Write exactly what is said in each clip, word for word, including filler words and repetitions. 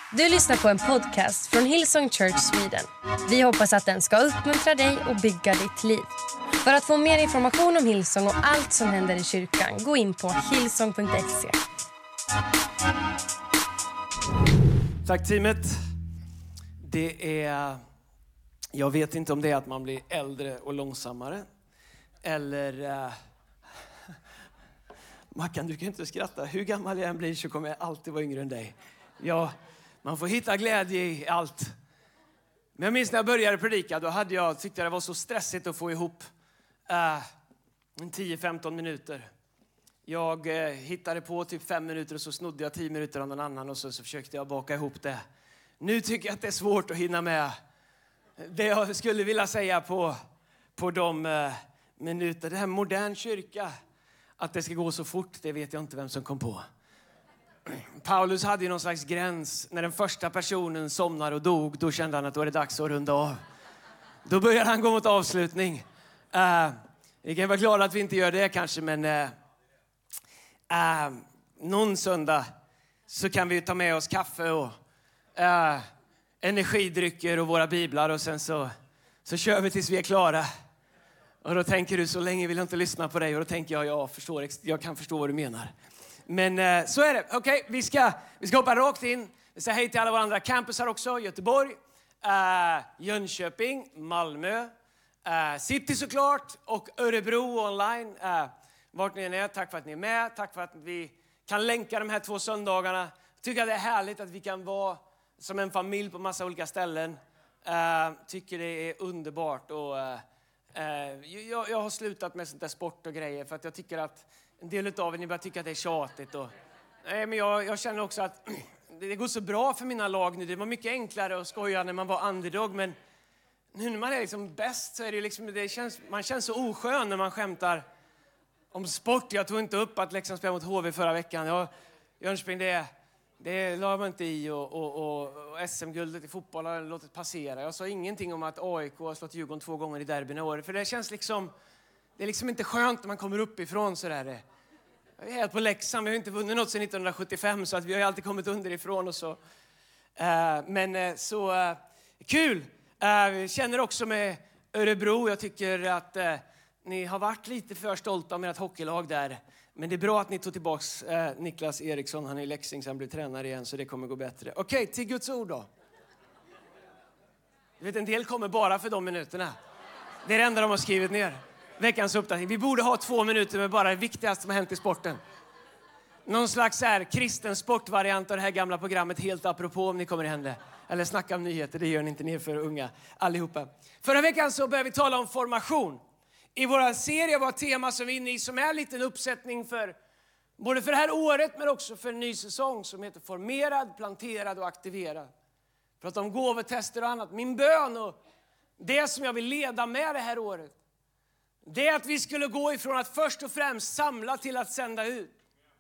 Du lyssnar på en podcast från Hillsong Church Sweden. Vi hoppas att den ska uppmuntra dig och bygga ditt liv. För att få mer information om Hillsong och allt som händer i kyrkan, gå in på hillsong punkt se. Tack teamet. Det är, jag vet inte om det är att man blir äldre och långsammare. Eller, uh, Mackan, du kan inte skratta. Hur gammal jag än blir så kommer jag alltid vara yngre än dig. Ja, man får hitta glädje i allt. Men jag minns när jag började predika, då hade jag, tyckte det var så stressigt att få ihop uh, tio femton minuter. Jag uh, hittade på typ fem minuter och så snodde jag tio minuter av någon annan och så, så försökte jag baka ihop det. Nu tycker jag att det är svårt att hinna med det jag skulle vilja säga på, på de uh, minuter. Det här modern kyrka, att det ska gå så fort, det vet jag inte vem som kom på. Paulus hade ju någon slags gräns. När den första personen somnar och dog, då kände han att då är det dags att runda av. Då började han gå mot avslutning. Uh, vi kan vara glada att vi inte gör det kanske, men uh, uh, någon söndag så kan vi ta med oss kaffe och uh, energidrycker och våra biblar och sen så, så kör vi tills vi är klara. Och då tänker du, så länge vill jag inte lyssna på dig. Och då tänker jag, jag, förstår, jag kan förstå vad du menar. Men eh, så är det. Okej, okay, vi, ska, vi ska hoppa rakt in. Vi säger hej till alla våra andra campusar också. Göteborg, eh, Jönköping, Malmö, eh, City såklart. Och Örebro online. Eh, vart ni än är, tack för att ni är med. Tack för att vi kan länka de här två söndagarna. Jag tycker att det är härligt att vi kan vara som en familj på massa olika ställen. Eh, tycker det är underbart. Och, eh, Jag, jag har slutat med sånt där sport och grejer för att jag tycker att en del av er ni börjar tycka att det är tjatigt. Och, nej, men jag, jag känner också att det går så bra för mina lag nu. Det var mycket enklare att skoja när man var underdog, men nu när man är liksom bäst så är det liksom, det känns, man känns så oskön när man skämtar om sport. Jag tog inte upp att Leksand spelade mot H V förra veckan. Jag, Jönköping, det, det la man inte i och, och, och, och S M-guldet i fotboll har låtit passera. Jag sa ingenting om att A I K har slått Djurgården två gånger i derbyn i år. För det känns liksom, det är liksom inte skönt när man kommer uppifrån sådär. Jag är helt på Leksand, vi har inte vunnit något sedan nittonhundrasjuttiofem så att vi har alltid kommit underifrån och så. Uh, men uh, så uh, kul! Uh, vi känner också med Örebro, jag tycker att uh, ni har varit lite för stolta om ert hockeylag där. Men det är bra att ni tog tillbaks eh, Niklas Eriksson. Han är i Leksing så han blir tränare igen så det kommer gå bättre. Okej, okay, till Guds ord då. Du vet, en del kommer bara för de minuterna. Det är det enda de har skrivit ner. Veckans uppdatering. Vi borde ha två minuter med bara det viktigaste som har hänt i sporten. Någon slags här kristen sportvariant av det här gamla programmet helt apropå om ni kommer ihåg det. Eller snacka om nyheter, det gör ni inte, ni är för unga allihopa. Förra veckan så började vi tala om formation. I vår serie var tema som vi är inne i som är en liten uppsättning för både för det här året men också för en ny säsong som heter formerad, planterad och aktiverad. Prata om gåvotester och annat. Min bön och det som jag vill leda med det här året, det är att vi skulle gå ifrån att först och främst samla till att sända ut.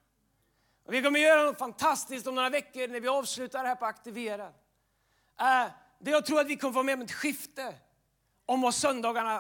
Och vi kommer göra något fantastiskt om några veckor när vi avslutar det här på aktiverad. Äh, det jag tror att vi kommer få med om ett skifte om vad söndagarna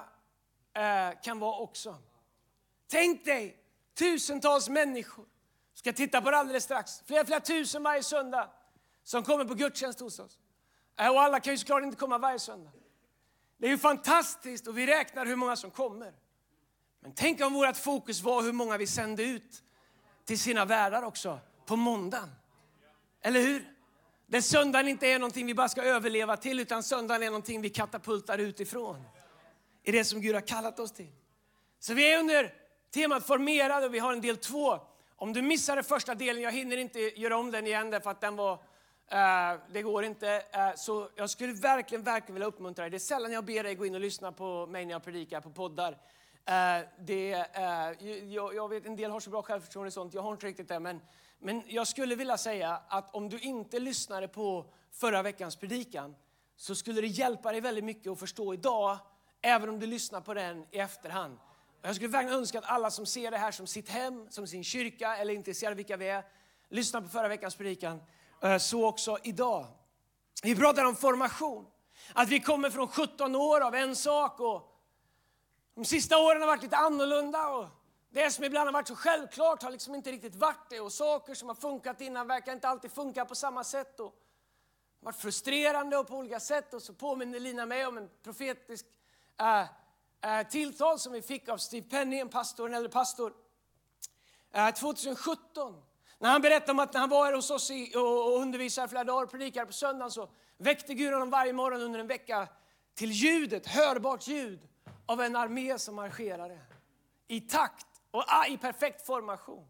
kan vara också. Tänk dig tusentals människor ska titta på det alldeles strax. Flera, flera tusen varje söndag som kommer på gudstjänst hos oss. Och alla kan ju såklart inte komma varje söndag. Det är ju fantastiskt och vi räknar hur många som kommer. Men tänk om vårt fokus var hur många vi sände ut till sina värdar också på måndagen. Eller hur? Där söndagen inte är någonting vi bara ska överleva till utan söndagen är någonting vi katapultar utifrån. I det som Gud har kallat oss till. Så vi är under temat formerad och vi har en del två. Om du missade första delen, jag hinner inte göra om den igen därför att den var, uh, det går inte. Uh, så jag skulle verkligen, verkligen vilja uppmuntra dig. Det är sällan jag ber dig gå in och lyssna på mig när jag predikar på poddar. Uh, det, uh, jag, jag vet, en del har så bra självförtroende och sånt, jag har inte riktigt det. Men, men jag skulle vilja säga att om du inte lyssnade på förra veckans predikan så skulle det hjälpa dig väldigt mycket att förstå idag. Även om du lyssnar på den i efterhand. Jag skulle verkligen önska att alla som ser det här som sitt hem, som sin kyrka eller intresserade vilka vi är, lyssnar på förra veckans predikan. Så också idag. Vi pratar om formation. Att vi kommer från sjutton år av en sak och de sista åren har varit lite annorlunda. Och det som ibland har varit så självklart har liksom inte riktigt varit det. Och saker som har funkat innan verkar inte alltid funka på samma sätt. Och varit frustrerande och på olika sätt. Och så påminner Lina mig om en profetisk äh, äh, tilltal som vi fick av Steve Penny, en pastor, en äldre pastor. Äh, tjugohundrasjutton. När han berättade om att när han var här hos oss i, och, och undervisade flera dagar och predikade på söndagen, så väckte Gud honom varje morgon under en vecka till ljudet, hörbart ljud av en armé som marscherade. I takt och i perfekt formation.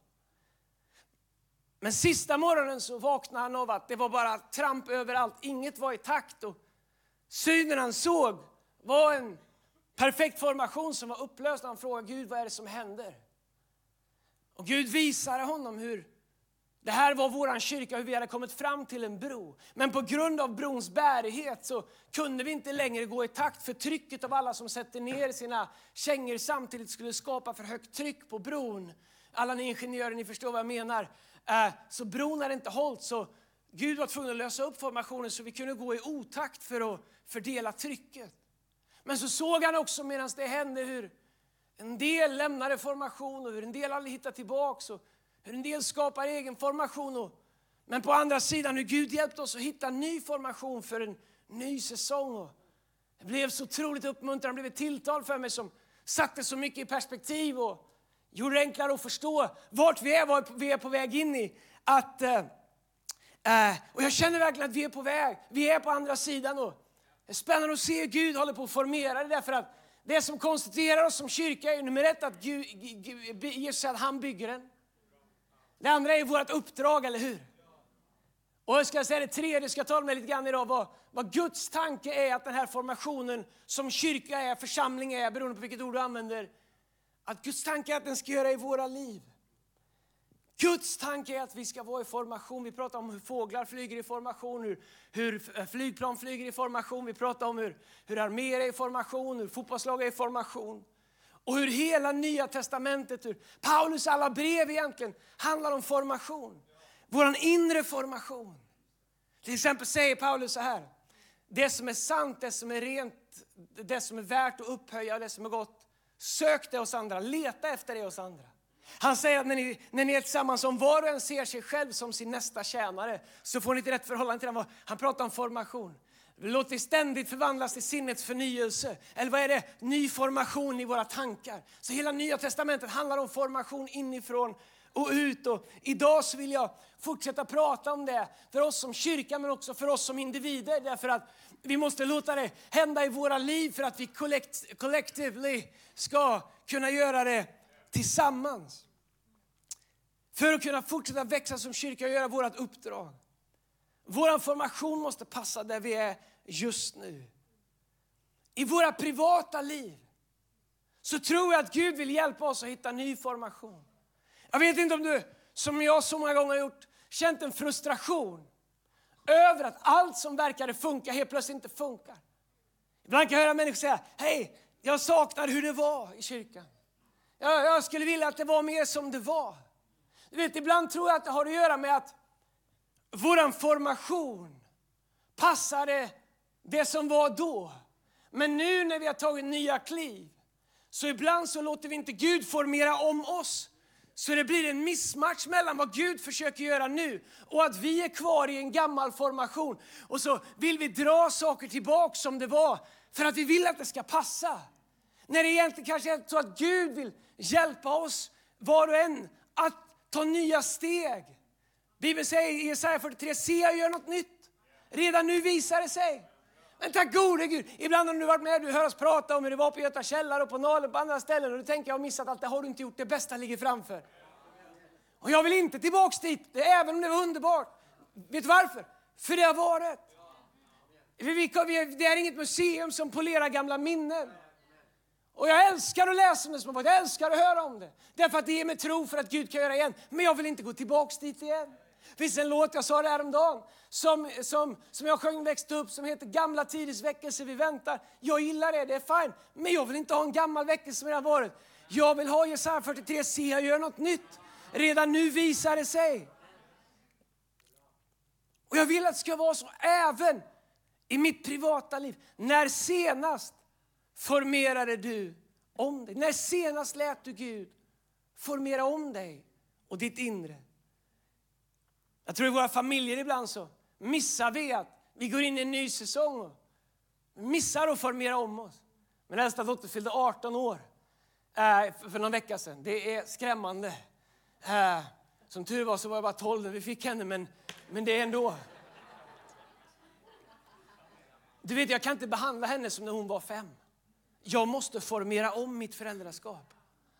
Men sista morgonen så vaknade han av att det var bara tramp överallt. Inget var i takt, och synen han såg var en perfekt formation som var upplöst. Han frågade Gud, vad är det som händer? Och Gud visade honom hur det här var våran kyrka, hur vi hade kommit fram till en bro. Men på grund av brons bärighet så kunde vi inte längre gå i takt, för trycket av alla som sätter ner sina kängor samtidigt skulle skapa för högt tryck på bron. Alla ni ingenjörer, ni förstår vad jag menar. Så bron hade inte hållit, så Gud var tvungen att lösa upp formationen så vi kunde gå i otakt för att fördela trycket. Men så såg han också medan det hände hur en del lämnade formation och hur en del hade hittat tillbaka och hur en del skapar egen formation. Och, men på andra sidan hur Gud hjälpte oss att hitta en ny formation för en ny säsong. Och det blev så otroligt uppmuntrande, det blev ett tilltal för mig som satte så mycket i perspektiv och gjorde det enklare att förstå vart vi är, vart vi är på väg in i. Att, äh, och jag känner verkligen att vi är på väg, vi är på andra sidan. Och det är spännande att se hur Gud håller på att formera det, därför att det som konstituerar oss som kyrka är nummer ett att Gud ger sig att han bygger den. Det andra är vårt uppdrag, eller hur? Och jag ska säga det tredje, ska jag tala med lite grann idag, vad, vad Guds tanke är att den här formationen som kyrka är, församling är, beroende på vilket ord du använder, att Guds tanke är att den ska göra i våra liv. Guds tanke är att vi ska vara i formation. Vi pratar om hur fåglar flyger i formation, hur, hur flygplan flyger i formation. Vi pratar om hur, hur arméer är i formation, hur fotbollslag är i formation. Och hur hela Nya testamentet, hur Paulus alla brev egentligen handlar om formation. Våran inre formation. Till exempel säger Paulus så här: det som är sant, det som är rent, det som är värt att upphöja, det som är gott, sök det hos andra, leta efter det hos andra. Han säger att när ni, när ni är tillsammans, om var och en ser sig själv som sin nästa tjänare, så får ni inte rätt förhållande till den. Han pratar om formation. Låt det ständigt förvandlas till sinnets förnyelse. Eller vad är det? Ny formation i våra tankar. Så hela Nya testamentet handlar om formation inifrån och ut. Och idag så vill jag fortsätta prata om det för oss som kyrka, men också för oss som individer. Därför att vi måste låta det hända i våra liv för att vi collect, collectively ska kunna göra det tillsammans. För att kunna fortsätta växa som kyrka och göra vårt uppdrag. Vår formation måste passa där vi är just nu. I våra privata liv så tror jag att Gud vill hjälpa oss att hitta ny formation. Jag vet inte om du, som jag så många gånger har gjort, känt en frustration över att allt som verkade funka helt plötsligt inte funkar. Ibland kan jag höra människor säga: hej, jag saknar hur det var i kyrkan. Jag, jag skulle vilja att det var mer som det var. Du vet, ibland tror jag att det har att göra med att våran formation passade det som var då. Men nu när vi har tagit nya kliv, så ibland så låter vi inte Gud formera om oss. Så det blir en missmatch mellan vad Gud försöker göra nu och att vi är kvar i en gammal formation. Och så vill vi dra saker tillbaka som det var för att vi vill att det ska passa. När det egentligen kanske är så att Gud vill hjälpa oss var och en att ta nya steg. Bibeln säger i Jesaja fyrtiotre: se, jag gör något nytt. Redan nu visar det sig. Men tack gode Gud. Ibland har du varit med, du hör oss prata om hur det var på Göta Källare och på Nalen på andra ställen. Och du tänker: jag har missat allt, det har du inte gjort. Det bästa ligger framför. Och jag vill inte tillbaka dit, det, även om det var underbart. Vet du varför? För det har varit. Det är inget museum som polerar gamla minnen. Och jag älskar att läsa om det som har varit. Jag älskar att höra om det. Därför att det ger mig tro för att Gud kan göra igen. Men jag vill inte gå tillbaka dit igen. Det finns en låt, jag sa det här om dagen, som, som, som jag sjöng växte upp, som heter Gamla tiders väckelse vi väntar. Jag gillar det, det är fint. Men jag vill inte ha en gammal väckelse som det har varit. Jag vill ha Jesaja fyrtiotre: se, jag gör något nytt. Redan nu visar det sig. Och jag vill att det ska vara så även i mitt privata liv. När senast formerade du om dig? När senast lät du Gud formera om dig och ditt inre? Jag tror i våra familjer ibland så missar vi att Vi går in i en ny säsong och missar att formera om oss. Min äldsta dotter fyllde arton år för någon vecka sedan. Det är skrämmande. Som tur var så var jag bara tolv när vi fick henne, men, men det är ändå. Du vet, jag kan inte behandla henne som när hon var fem. Jag måste formera om mitt föräldraskap.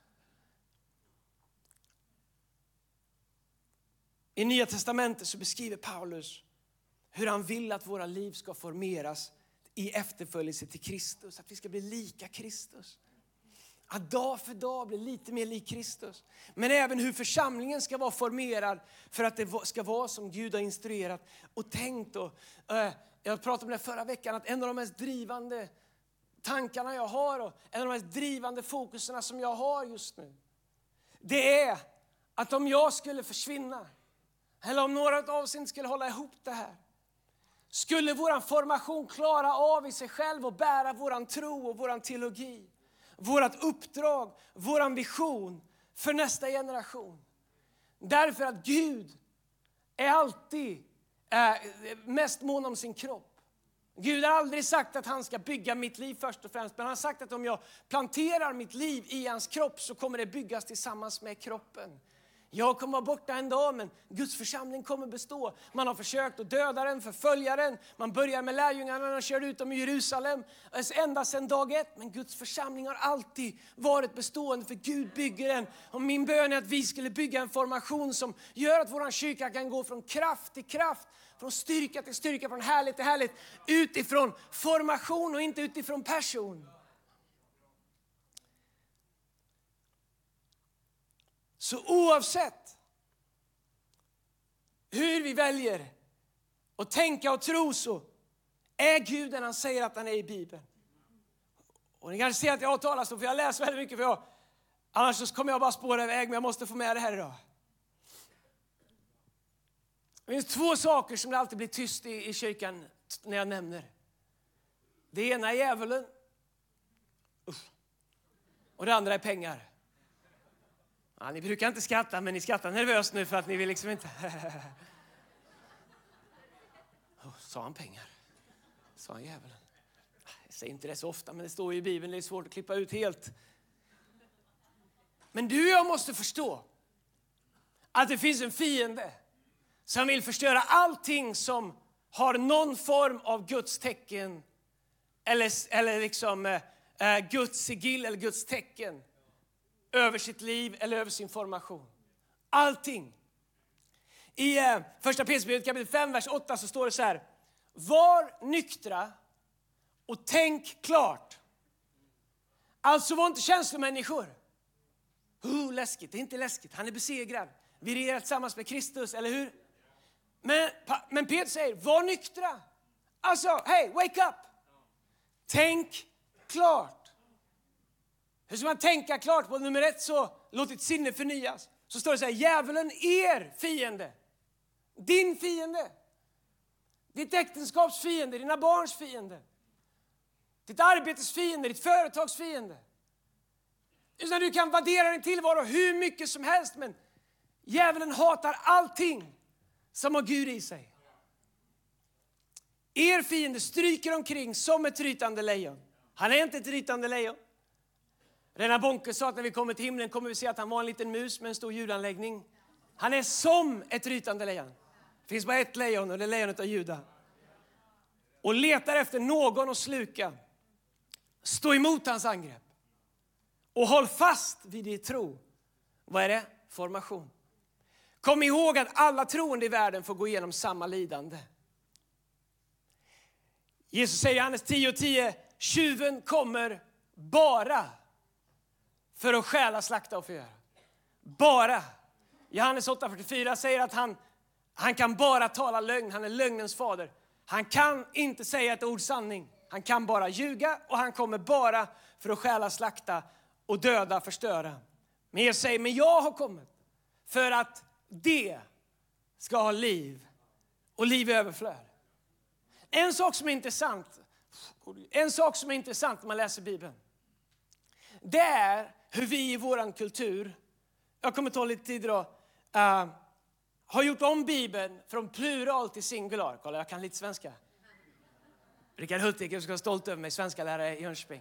I Nya testamentet så beskriver Paulus hur han vill att våra liv ska formeras i efterföljelse till Kristus. Att vi ska bli lika Kristus. Att dag för dag bli lite mer lik Kristus. Men även hur församlingen ska vara formerad för att det ska vara som Gud har instruerat och tänkt. Och, uh, jag pratade om det förra veckan, att en av de mest drivande tankarna jag har och en av de mest drivande fokuserna som jag har just nu, det är att om jag skulle försvinna, eller om några av oss inte skulle hålla ihop det här, skulle våran formation klara av i sig själv och bära våran tro och våran teologi, vårat uppdrag, våran vision för nästa generation. Därför att Gud är alltid är mest mån om sin kropp. Gud har aldrig sagt att han ska bygga mitt liv först och främst. Men han har sagt att om jag planterar mitt liv i hans kropp så kommer det byggas tillsammans med kroppen. Jag kommer vara borta en dag, men Guds församling kommer bestå. Man har försökt att döda den, förfölja den. Man börjar med lärjungarna och kör ut dem i Jerusalem. Ända sedan dag ett. Men Guds församling har alltid varit bestående, för Gud bygger den. Och min bön är att vi skulle bygga en formation som gör att vår kyrka kan gå från kraft till kraft. Från styrka till styrka, från härligt till härligt. Utifrån formation och inte utifrån person. Så oavsett hur vi väljer att tänka och tro, så är Gud den han säger att han är i Bibeln. Och ni kanske ser att jag har talat så, för jag läser väldigt mycket. För jag, annars så kommer jag bara spåra iväg, men jag måste få med det här idag. Det finns två saker som det alltid blir tyst i, i kyrkan när jag nämner. Det ena är djävulen. Usch. Och det andra är pengar. Ja, ni brukar inte skratta, men ni skrattar nervöst nu för att ni vill liksom inte. Oh, sa han pengar? Sa han djävulen? Jag säger inte det så ofta, men det står ju i Bibeln. Det är svårt att klippa ut helt. Men du och jag måste förstå att det finns en fiende som vill förstöra allting som har någon form av Guds tecken. Eller, eller liksom eh, Guds sigill eller Guds tecken. Över sitt liv eller över sin formation. Allting. I eh, första Petrusbrevet kapitel fem, vers åtta så står det så här. Var nyktra och tänk klart. Alltså var inte känslomänniskor. Oh, läskigt. Det är inte läskigt. Han är besegrad. Vi regerar tillsammans med Kristus, eller hur? Men, men Petrus säger, var nyktra. Alltså, hej, wake up. Tänk klart. Hur ska man tänka klart? På nummer ett, så låt ditt sinne förnyas. Så står det så här, djävulen er fiende. Din fiende. Ditt äktenskaps fiende, dina barns fiende. Ditt arbetes fiende, ditt företags fiende. Utan du kan värdera din tillvaro hur mycket som helst, men djävulen hatar allting som har Gud i sig. Er fiende stryker omkring som ett rytande lejon. Han är inte ett rytande lejon. Rena Bonke sa att när vi kommer till himlen kommer vi se att han var en liten mus med en stor ljudanläggning. Han är som ett rytande lejon. Det finns bara ett lejon, och det är lejonet av Juda. Och letar efter någon att sluka. Stå emot hans angrepp. Och håll fast vid din tro. Vad är det? Formation. Kom ihåg att alla troende i världen får gå igenom samma lidande. Jesus säger i Johannes tio tio, tjuven kommer bara för att stjäla, slakta och förgöra. Bara. Johannes åtta fyrtiofyra säger att han, han kan bara tala lögn. Han är lögnens fader. Han kan inte säga ett ord sanning. Han kan bara ljuga, och han kommer bara för att stjäla, slakta och döda, förstöra. Men jag säger, men jag har kommit för att det ska ha liv och liv i överflöd. En sak som är intressant, en sak som är intressant när man läser Bibeln, det är hur vi i våran kultur, jag kommer ta lite tid idag, uh, har gjort om Bibeln från plural till singular. Kolla, jag kan lite svenska. Rickard Hultgren ska vara stolt över mig, svenska lärare i Jönköping.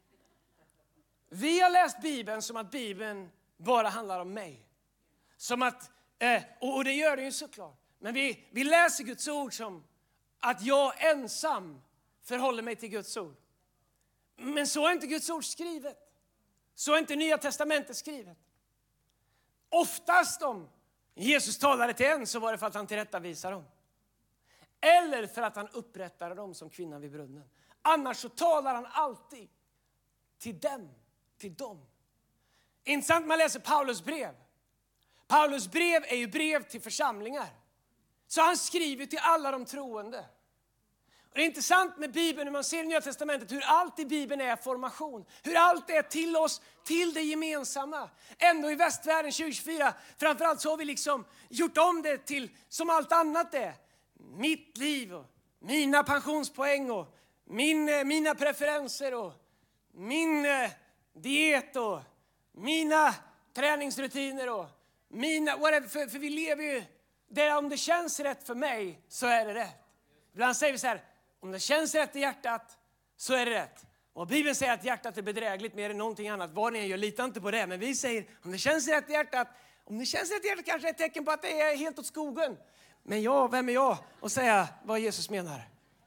Vi har läst Bibeln som att Bibeln bara handlar om mig. Som att, eh, och det gör det ju såklart. Men vi, vi läser Guds ord som att jag ensam förhåller mig till Guds ord. Men så är inte Guds ord skrivet. Så är inte Nya testamentet skrivet. Oftast om Jesus talade till en så var det för att han tillrättavisade dem. Eller för att han upprättade dem som kvinnan vid brunnen. Annars så talar han alltid till dem, till dem. Intressant man läser Paulus brev. Paulus brev är ju brev till församlingar. Så han skriver till alla de troende. Och det är intressant med Bibeln när man ser i Nya testamentet hur allt i Bibeln är formation. Hur allt är till oss, till det gemensamma. Ändå i västvärlden tjugo tjugofyra, framförallt så har vi liksom gjort om det till som allt annat är. Mitt liv och mina pensionspoäng och min, mina preferenser och min eh, diet och mina träningsrutiner och mina, whatever, för, för vi lever ju där om det känns rätt för mig så är det rätt. Ibland säger vi så här, om det känns rätt i hjärtat så är det rätt. Och Bibeln säger att hjärtat är bedrägligt mer än någonting annat. Vad ni gör, lita inte på det. Men vi säger, om det känns rätt i hjärtat, om det känns rätt i hjärtat kanske är ett tecken på att det är helt åt skogen. Men jag, vem är jag att säga vad Jesus menar?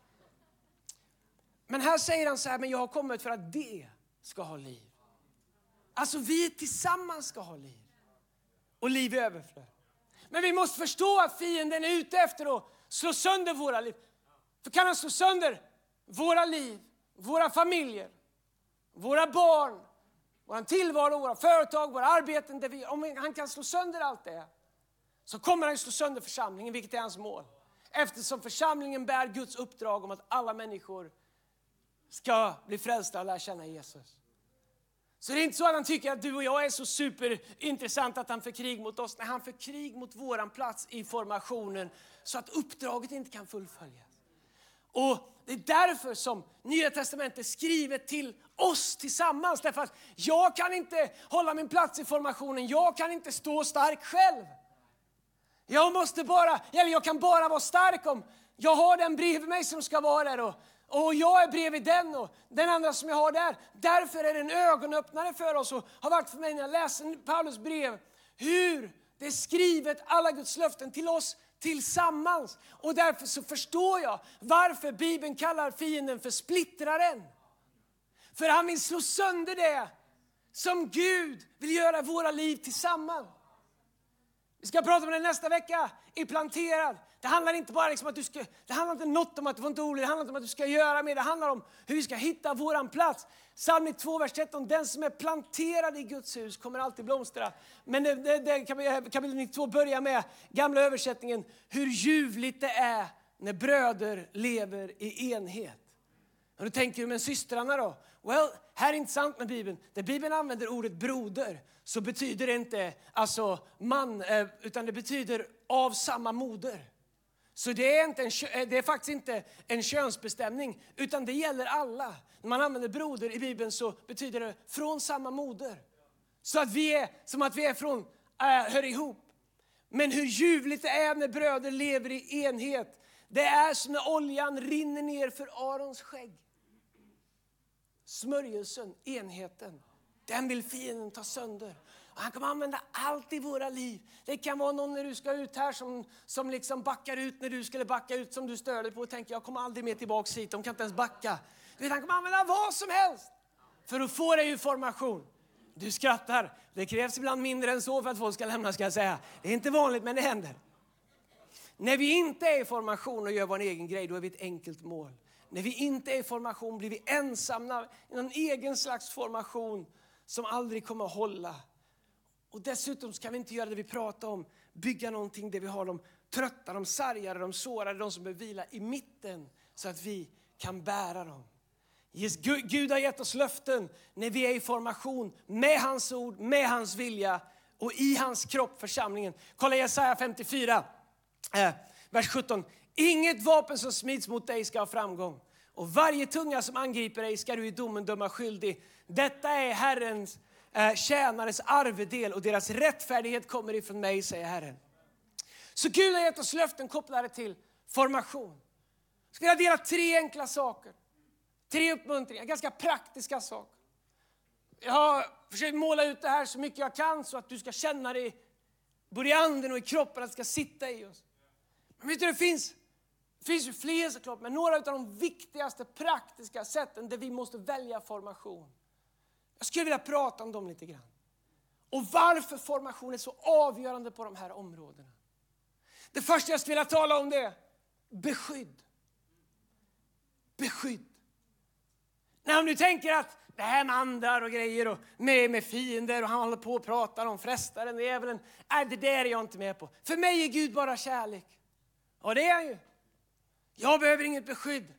Men här säger han så här, men jag har kommit för att det ska ha liv. Alltså vi tillsammans ska ha liv. Och liv i överflöd. Men vi måste förstå att fienden är ute efter att slå sönder våra liv. För kan han slå sönder våra liv, våra familjer, våra barn, vår tillvaro, våra företag, våra arbeten. Där vi, om han kan slå sönder allt det så kommer han slå sönder församlingen, vilket är hans mål. Eftersom församlingen bär Guds uppdrag om att alla människor ska bli frälsta och lära känna Jesus. Så det är inte så att han tycker att du och jag är så superintressant att han för krig mot oss. Nej, han för krig mot våran plats i formationen så att uppdraget inte kan fullföljas. Och det är därför som Nya testamentet är skrivet till oss tillsammans. Därför att jag kan inte hålla min plats i formationen. Jag kan inte stå stark själv. Jag måste bara, eller jag kan bara vara stark om jag har den bredvid mig som ska vara där. Och, och jag är bredvid den och den andra som jag har där. Därför är det en ögonöppnare för oss och har varit för mig när jag läser Paulus brev. Hur det är skrivet alla Guds löften till oss tillsammans. Och därför så förstår jag varför Bibeln kallar fienden för splittraren. För han vill slå sönder det som Gud vill göra våra liv tillsammans. Vi ska prata om det nästa vecka i Planterad. Det handlar inte bara liksom att du ska, det handlar inte något om att du får inte orolig, det handlar inte om att du ska göra mer. Det handlar om hur vi ska hitta våran plats. Psalm två, vers tretton. Den som är planterad i Guds hus kommer alltid blomstra. Men det, det, det kapitel nittiotvå börjar med gamla översättningen. Hur ljuvligt det är när bröder lever i enhet. Och du tänker, men systrarna då? Well, här är inte sant med Bibeln. Där Bibeln använder ordet broder så betyder det inte alltså man, utan det betyder av samma moder. Så det är, inte en, det är faktiskt inte en könsbestämning, utan det gäller alla. När man använder broder i Bibeln så betyder det från samma moder. Så att vi är som att vi är från, äh, hör ihop. Men hur ljuvligt det är när bröder lever i enhet. Det är som när oljan rinner ner för Arons skägg. Smörjelsen, enheten, den vill fienden ta sönder. Och han kommer använda allt i våra liv. Det kan vara någon när du ska ut här som, som liksom backar ut när du skulle backa ut, som du stör dig på och tänker jag kommer aldrig mer tillbaka hit, de kan inte ens backa. Han kommer använda vad som helst för att få dig ur formation. Du skrattar. Det krävs ibland mindre än så för att folk ska lämna, ska jag säga. Det är inte vanligt, men det händer. När vi inte är i formation och gör vår egen grej, då är vi ett enkelt mål. När vi inte är i formation blir vi ensamma i någon egen slags formation som aldrig kommer att hålla. Och dessutom ska vi inte göra det vi pratar om. Bygga någonting där vi har de trötta, de sargade, de sårade, de som behöver vila i mitten. Så att vi kan bära dem. Gud har gett oss löften när vi är i formation med hans ord, med hans vilja och i hans kropp, församlingen. Kolla Jesaja femtiofyra, eh, vers sjutton. Inget vapen som smids mot dig ska ha framgång. Och varje tunga som angriper dig ska du i domen döma skyldig. Detta är Herrens eh, tjänares arvedel och deras rättfärdighet kommer ifrån mig, säger Herren. Så Gud har gett oss löften kopplade till formation. Jag ska dela tre enkla saker Tre uppmuntringar, ganska praktiska saker. Jag har försökt måla ut det här så mycket jag kan så att du ska känna det både i anden och i kroppen, att det ska sitta i oss. Men vet du, det finns, det finns ju fler såklart, men några av de viktigaste praktiska sätten där vi måste välja formation. Jag skulle vilja prata om dem lite grann. Och varför formation är så avgörande på de här områdena. Det första jag skulle vilja tala om det är beskydd. Beskydd. När du tänker att det här med andar och grejer och med, med fiender och han håller på och pratar om frestaren, djävulen. Nej, det där är jag inte med på. För mig är Gud bara kärlek. Och det är han ju. Jag behöver inget beskydd.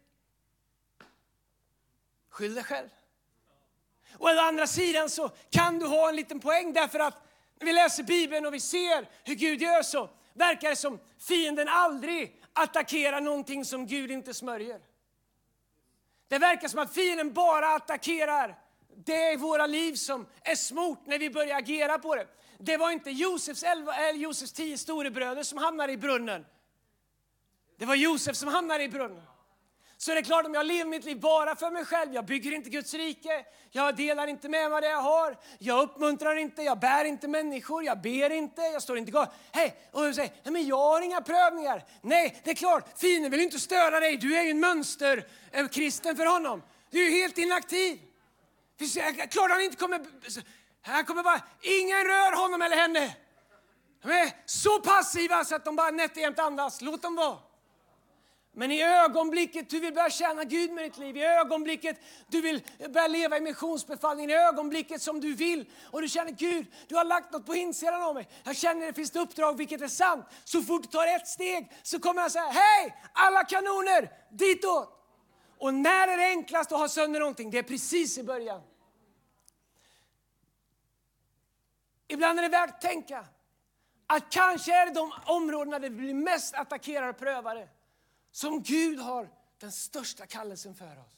Skyll dig själv. Och å andra sidan så kan du ha en liten poäng därför att när vi läser Bibeln och vi ser hur Gud gör så verkar det som fienden aldrig attackerar någonting som Gud inte smörjer. Det verkar som att fienden bara attackerar det i våra liv som är smort när vi börjar agera på det. Det var inte Josefs, elva, eller Josefs tio storebröder som hamnade i brunnen. Det var Josef som hamnade i brunnen. Så är det klart, om jag lever mitt liv bara för mig själv, jag bygger inte Guds rike, jag delar inte med mig det jag har, jag uppmuntrar inte, jag bär inte människor, jag ber inte, jag står inte kvar. Hej, och du säger, nej men jag har inga prövningar. Nej, det är klart, fienden vill inte störa dig, du är ju en mönster eh, kristen för honom. Du är ju helt inaktiv. Klart han inte kommer, han kommer bara, ingen rör honom eller henne. De är så passiva så att de bara nätt jämt andas, låt dem vara. Men i ögonblicket du vill börja tjäna Gud med ditt liv, i ögonblicket du vill börja leva i missionsbefallningen, i ögonblicket som du vill och du känner Gud, du har lagt något på insidan av mig. Jag känner det finns ett uppdrag, vilket är sant. Så fort du tar ett steg så kommer jag säga, hej, alla kanoner, ditåt. Och när är det enklast att ha sönder någonting? Det är precis i början. Ibland är det värt att tänka att kanske är det de områdena där vi blir mest attackerade och prövade som Gud har den största kallelsen för oss.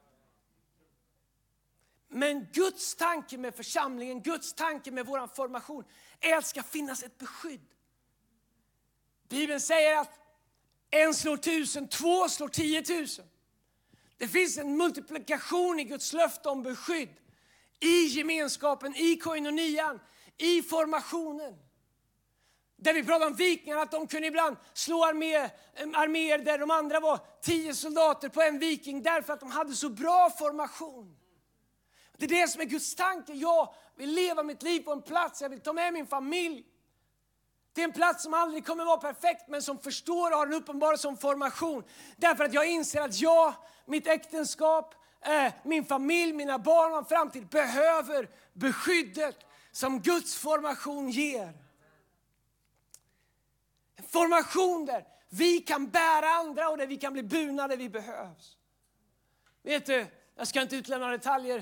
Men Guds tanke med församlingen, Guds tanke med vår formation är att det ska finnas ett beskydd. Bibeln säger att en slår tusen, två slår tiotusen. Det finns en multiplikation i Guds löfte om beskydd. I gemenskapen, i koinonian, i formationen. Där vi pratar om vikingarna, att de kunde ibland slå arméer, arméer där de andra var tio soldater på en viking. Därför att de hade så bra formation. Det är det som är Guds tanke. Jag vill leva mitt liv på en plats, jag vill ta med min familj. Det är en plats som aldrig kommer vara perfekt, men som förstår och har en uppenbar som formation. Därför att jag inser att jag, mitt äktenskap, eh, min familj, mina barn och framtid behöver beskyddet som Guds formation ger. En formation där vi kan bära andra och där vi kan bli burna där vi behövs. Vet du, jag ska inte utlämna detaljer.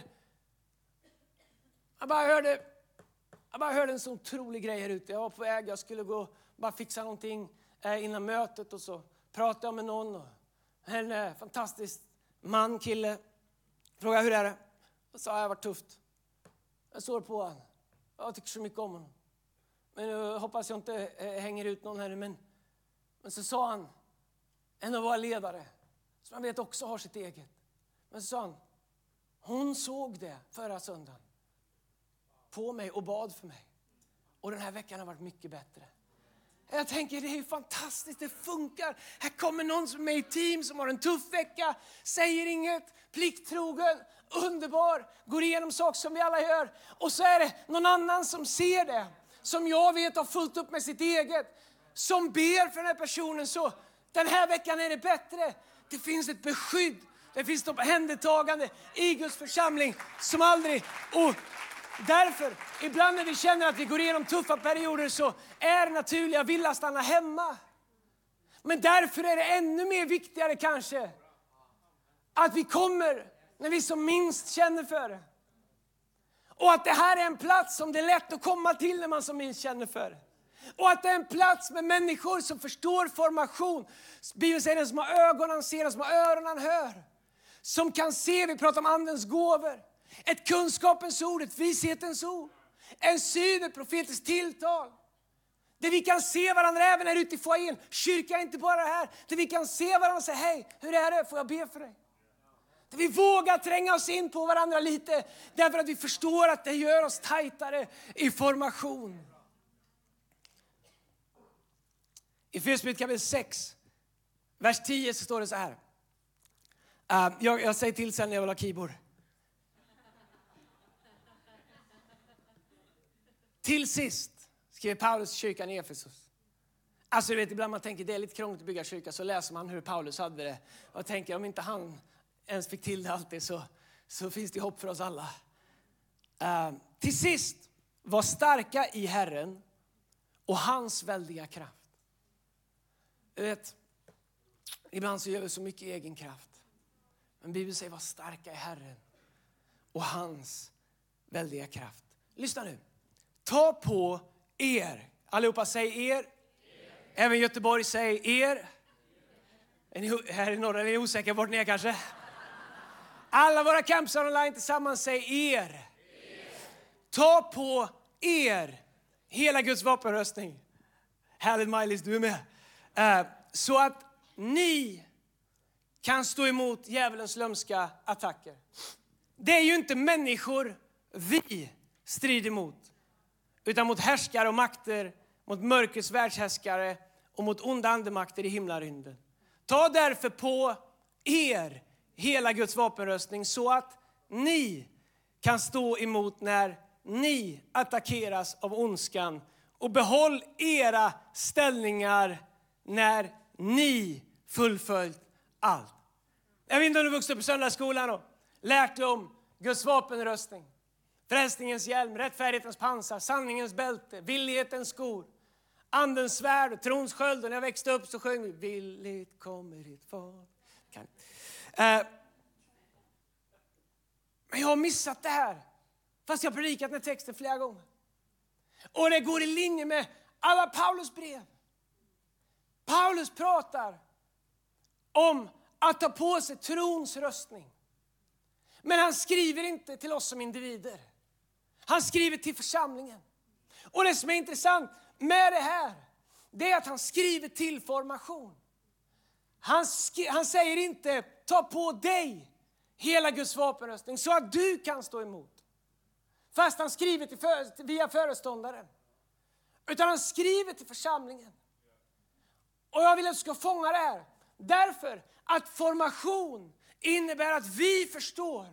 Jag bara hörde, jag bara hörde en sån otrolig grej här ute. Jag var på väg, jag skulle gå och bara fixa någonting innan mötet och så pratade jag med någon. Och en eh, fantastisk man, kille. Frågade hur är det? Och sa, det har varit tufft. Jag såg på honom. Jag tycker så mycket om honom. Men nu hoppas jag inte eh, hänger ut någon här. Men, men så sa han, en av våra ledare, som man vet också har sitt eget. Men så sa han, hon såg det förra söndagen på mig och bad för mig. Och den här veckan har varit mycket bättre. Jag tänker, det är ju fantastiskt, det funkar. Här kommer någon som är med i team som har en tuff vecka, säger inget, plikttrogen, underbar, går igenom saker som vi alla gör. Och så är det någon annan som ser det, som jag vet har fullt upp med sitt eget, som ber för den här personen. Så den här veckan är det bättre. Det finns ett beskydd, det finns ett omhändertagande i Guds församling som aldrig... Och därför, ibland när vi känner att vi går igenom tuffa perioder så är det naturligt att vilja stanna hemma. Men därför är det ännu mer viktigare kanske att vi kommer när vi som minst känner för det. Och att det här är en plats som det är lätt att komma till när man som minst känner för det. Och att det är en plats med människor som förstår formation. Bibeln säger den som har ögon han ser, den som har öron han hör. Som kan se, vi pratar om andens gåvor. Ett kunskapens ord, ett vishetens ord. En syn, ett profetiskt tilltal. Där vi kan se varandra även här ute i foajén. Kyrkan är inte bara här. Där vi kan se varandra och säga, hej, hur är det? Får jag be för dig? Där vi vågar tränga oss in på varandra lite. Därför att vi förstår att det gör oss tajtare i formation. I Efesierbrevet kapitel sex, vers tio så står det så här. Uh, jag, jag säger till sen när jag vill ha keyboard. Till sist skriver Paulus kyrkan i Efesus. Alltså du vet, ibland man tänker det är lite krångligt att bygga kyrka, så läser man hur Paulus hade det. Och tänker om inte han ens fick till det alltid så, så finns det hopp för oss alla. Uh, till sist var starka i Herren och hans väldiga kraft. Du vet, ibland så gör vi så mycket egen kraft. Men Bibeln säger var starka i Herren och hans väldiga kraft. Lyssna nu. Ta på er. Allihopa säg er. er. Även Göteborg säger er. Är ni, här i norra är ni osäkra bort ner kanske? Alla våra campsar online tillsammans säger er. er. Ta på er hela Guds vapenröstning. Härligt Maj-Lis, du är med. Uh, så att ni kan stå emot djävulens lömska attacker. Det är ju inte människor vi strider mot. Utan mot härskare och makter, mot mörkrets världshärskare och mot onda andemakter i himlarymden. Ta därför på er hela Guds vapenröstning så att ni kan stå emot när ni attackeras av ondskan. Och behåll era ställningar när ni fullföljt allt. Jag vet inte om du vuxit upp i söndagsskolan och lärt dig om Guds vapenröstning. Frälsningens hjälm, rättfärdighetens pansar, sanningens bälte, villighetens skor, andens svärd, trons sköld. Och när jag växte upp så sjöng vi villigt kommer ditt folk. Uh, men jag har missat det här. Fast jag har predikat den texten flera gånger. Och det går i linje med alla Paulus brev. Paulus pratar om att ta på sig trons röstning. Men han skriver inte till oss som individer. Han skriver till församlingen. Och det som är intressant med det här, det är att han skriver till formation. Han, sk- han säger inte ta på dig hela Guds vapenröstning så att du kan stå emot. Fast han skriver till för, via föreståndaren. Utan han skriver till församlingen. Och jag vill att du ska fånga det här. Därför att formation innebär att vi förstår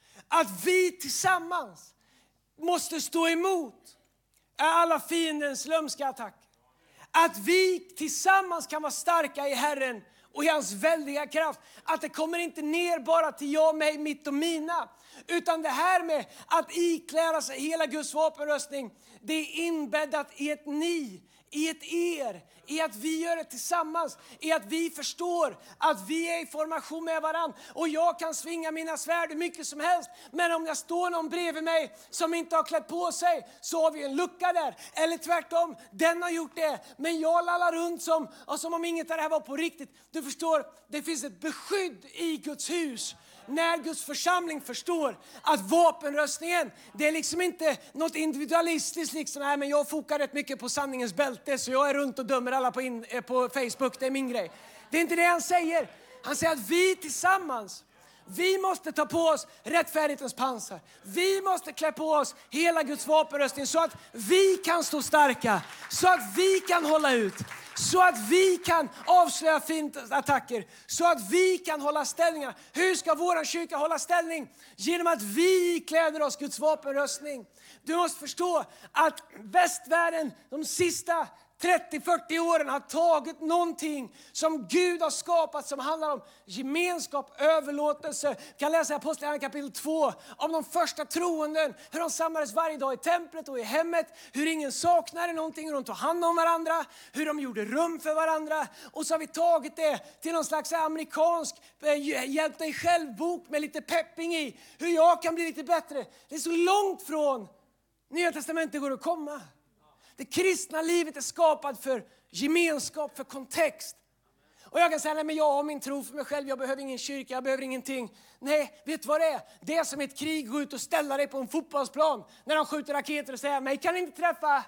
att vi tillsammans måste stå emot alla fiendens lömska attacker. Att vi tillsammans kan vara starka i Herren och i hans väldiga kraft. Att det kommer inte ner bara till jag, mig, mitt och mina. Utan det här med att iklära sig hela Guds vapenröstning, det är inbäddat i ett ni, i ett er, i att vi gör det tillsammans, i att vi förstår att vi är i formation med varandra. Och jag kan svinga mina svärd hur mycket som helst, men om jag står någon bredvid mig som inte har klätt på sig, så har vi en lucka där. Eller tvärtom, den har gjort det, men jag lallar runt som, och som om inget av det här var på riktigt. Du förstår, det finns ett beskydd i Guds hus. När Guds församling förstår att vapenröstningen, det är liksom inte något individualistiskt liksom, nej men jag fokar rätt mycket på sanningens bälte så jag är runt och dömer alla på, in, på Facebook, det är min grej. Det är inte det han säger. Han säger att vi tillsammans, vi måste ta på oss rättfärdighetens pansar. Vi måste klä på oss hela Guds vapenröstning så att vi kan stå starka, så att vi kan hålla ut. Så att vi kan avslöja fiendens attacker. Så att vi kan hålla ställningar. Hur ska vår kyrka hålla ställning? Genom att vi kläder oss Guds vapenröstning. Du måste förstå att västvärlden de sista trettio fyrtio åren har tagit någonting som Gud har skapat som handlar om gemenskap, överlåtelse. Vi kan läsa i Apostlagärningarna kapitel två om de första troenden. Hur de samlades varje dag i templet och i hemmet. Hur ingen saknade någonting, hur de tog hand om varandra. Hur de gjorde rum för varandra. Och så har vi tagit det till någon slags amerikansk hjälp dig själv-bok med lite pepping i. Hur jag kan bli lite bättre. Det är så långt från Nya testamentet går att komma. Det kristna livet är skapat för gemenskap, för kontext. Och jag kan säga, nej men jag har min tro för mig själv, jag behöver ingen kyrka, jag behöver ingenting. Nej, vet du vad det är? Det är som ett krig, gå ut och ställa dig på en fotbollsplan när de skjuter raketer och säger, mig kan inte träffa.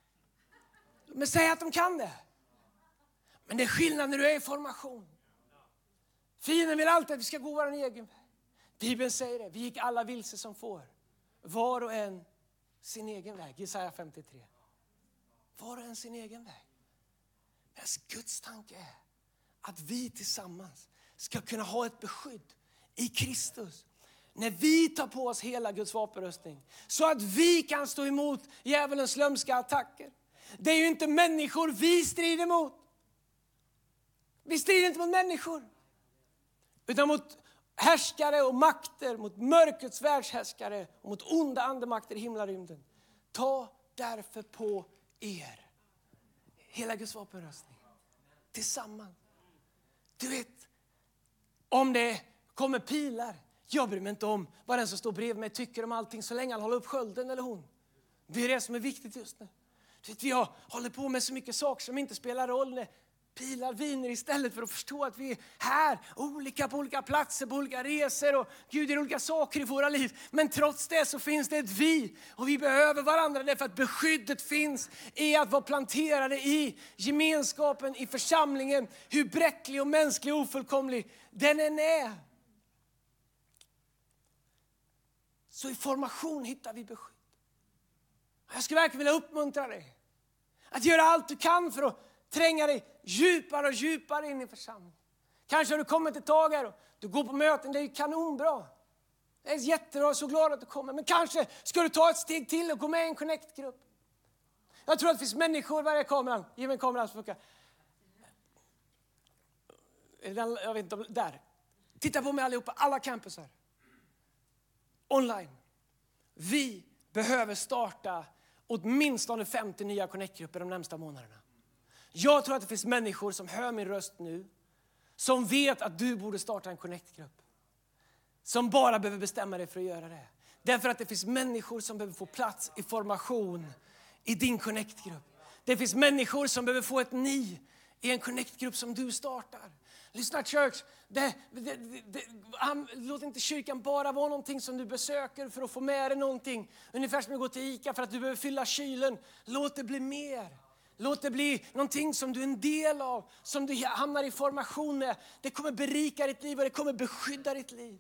Men säg att de kan det. Men det är skillnad när du är i formation. Fienden vill alltid att vi ska gå vår egen väg. Bibeln säger det. Vi gick alla vilse som får. Var och en sin egen väg. Jesaja femtiotre. Var och en sin egen väg. Men Guds tanke är att vi tillsammans ska kunna ha ett beskydd i Kristus. När vi tar på oss hela Guds vapenrustning. Så att vi kan stå emot djävulens lömska attacker. Det är ju inte människor vi strider mot. Vi strider inte mot människor. Utan mot härskare och makter. Mot mörkrets världshärskare. Och mot onda andemakter i himlarymden. Ta därför på er hela Guds vapenrustning. Tillsammans. Du vet, om det kommer pilar. Jag bryr mig inte om vad den som står bredvid mig tycker om allting. Så länge han håller upp skölden eller hon. Det är det som är viktigt just nu. Du vet, vi har, håller på med så mycket saker som inte spelar roll. När pilar viner istället för att förstå att vi är här. Olika på olika platser, på olika resor. Och Gud gör olika saker i våra liv. Men trots det så finns det ett vi. Och vi behöver varandra därför att beskyddet finns i att vara planterade i gemenskapen, i församlingen. Hur bräcklig och mänsklig och ofullkomlig den än är. Så i formation hittar vi beskydd. Jag skulle verkligen vilja uppmuntra dig. Att göra allt du kan för att tränga dig djupare och djupare in i församlingen. Kanske har du kommit ett tag här och du går på möten. Det är ju kanonbra. Det är jättebra, så glad att du kommer. Men kanske ska du ta ett steg till och gå med i en connect-grupp. Jag tror att det finns människor, var är kameran? Ge mig en kamera som funkar. Den, jag vet inte om, där. Titta på mig allihopa, alla campusar. Online. Vi behöver starta åtminstone femtio nya connect-grupper de närmsta månaderna. Jag tror att det finns människor som hör min röst nu. Som vet att du borde starta en connect-grupp. Som bara behöver bestämma dig för att göra det. Därför att det finns människor som behöver få plats i formation i din connect-grupp. Det finns människor som behöver få ett ni i en connect-grupp som du startar. Lyssna church, det, det, det, det, låt inte kyrkan bara vara någonting som du besöker för att få med dig någonting. Ungefär som att gå till Ica för att du behöver fylla kylen. Låt det bli mer. Låt det bli någonting som du är en del av, som du hamnar i formation med. Det kommer berika ditt liv och det kommer beskydda ditt liv.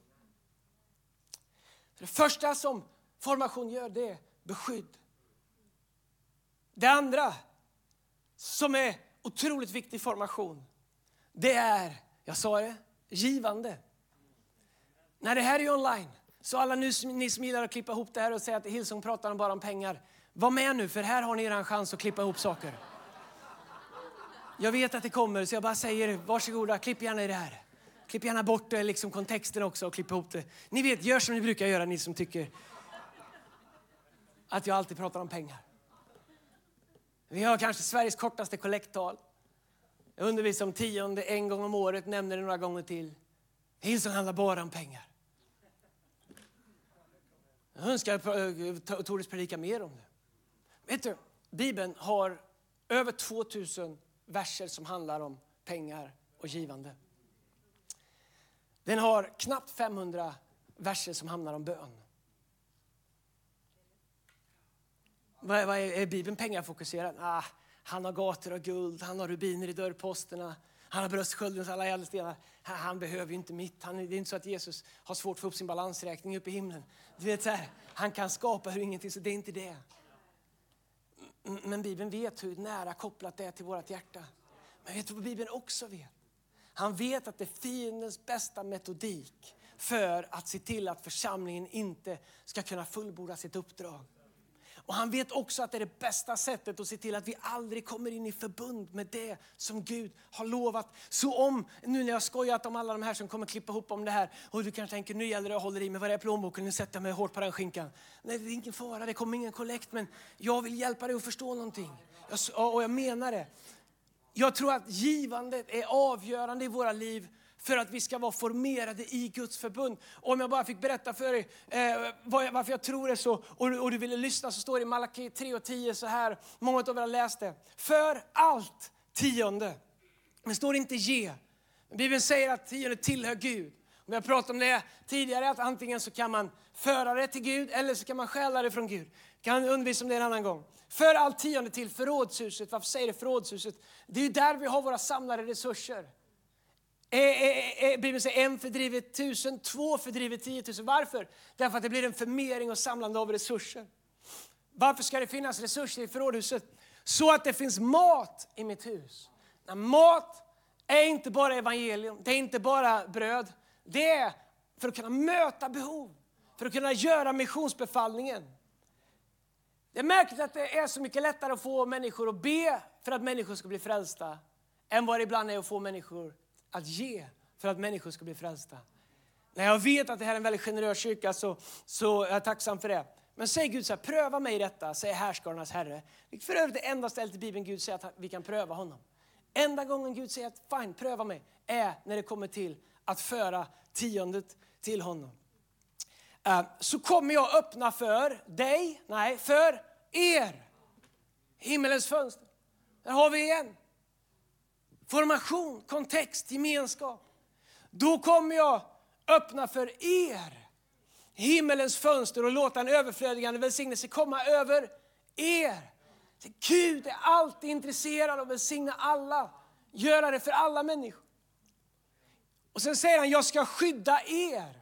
Det första som formation gör, det är beskydd. Det andra som är otroligt viktig formation, det är, jag sa det, givande. När det här är online, så alla nu, ni som gillar att klippa ihop det här och säga att Hillsong pratar bara om pengar. Var med nu, för här har ni er chans att klippa ihop saker. Jag vet att det kommer, så jag bara säger, varsågoda, klipp gärna i det här. Klipp gärna bort det, liksom kontexten också och klipp ihop det. Ni vet, gör som ni brukar göra, ni som tycker att jag alltid pratar om pengar. Vi har kanske Sveriges kortaste kollekttal. Jag undervisar om tionde en gång om året, nämner det några gånger till. Hillsong handlar bara om pengar. Jag önskar att Toris predika mer om det. Vet du, Bibeln har över tvåtusen verser som handlar om pengar och givande. Den har knappt femhundra verser som handlar om bön. Vad är, vad är, är Bibeln pengafokuserad? Ah, han har gator och guld, han har rubiner i dörrposterna, han har bröstsköldens alla ädelstenar. Han, han behöver ju inte mitt. Han, det är inte så att Jesus har svårt att få upp sin balansräkning uppe i himlen. Du vet så här, han kan skapa hur ingenting, så det är inte det. Men Bibeln vet hur nära kopplat det är till vårt hjärta. Men vet du vad Bibeln också vet? Han vet att det är fiendens bästa metodik för att se till att församlingen inte ska kunna fullborda sitt uppdrag. Och han vet också att det är det bästa sättet att se till att vi aldrig kommer in i förbund med det som Gud har lovat. Så om, nu när jag skojat om alla de här som kommer klippa ihop om det här, och du kanske tänker, nu gäller det att hålla i mig, vad är plånboken, nu sätter jag mig hårt på den skinkan. Nej, det är ingen fara, det kommer ingen kollekt, men jag vill hjälpa dig att förstå någonting. Jag, och jag menar det. Jag tror att givandet är avgörande i våra liv för att vi ska vara formerade i Guds förbund. Och om jag bara fick berätta för dig eh, varför jag tror det så, och, och du ville lyssna, så står det i Malaki tre och tio så här. Många av er har läst det. För allt tionde. Men står inte ge. Bibeln säger att tionde tillhör Gud. Vi har pratat om det tidigare, att antingen så kan man föra det till Gud eller så kan man stjäla det från Gud. Kan undervisa om det en annan gång. För allt tionde till förrådshuset. Varför säger det förrådshuset? Det är ju där vi har våra samlade resurser. Bibeln säger en fördriver tusen, två fördriver tiotusen. Varför? Därför att det blir en förmering och samlande av resurser. Varför ska det finnas resurser i förrådhuset? Så att det finns mat i mitt hus. När mat är inte bara evangelium, det är inte bara bröd. Det är för att kunna möta behov, för att kunna göra missionsbefallningen. Det är märkligt att det är så mycket lättare att få människor att be för att människor ska bli frälsta än vad det ibland är att få människor att ge för att människor ska bli frälsta. När jag vet att det här är en väldigt generös kyrka så, så är jag tacksam för det. Men säg Gud så här, pröva mig i detta, säger härskarnas Herre. För övrigt det enda stället i Bibeln Gud säger att vi kan pröva honom. Enda gången Gud säger att fine, pröva mig är när det kommer till att föra tiondet till honom. Uh, så kommer jag öppna för dig, nej, för er. Himmelens fönster. Där har vi igen. Formation, kontext, gemenskap. Då kommer jag öppna för er. Himmelens fönster och låta en överflödigande välsignelse komma över er. Så Gud är alltid intresserad av att välsigna alla. Göra det för alla människor. Och sen säger han, jag ska skydda er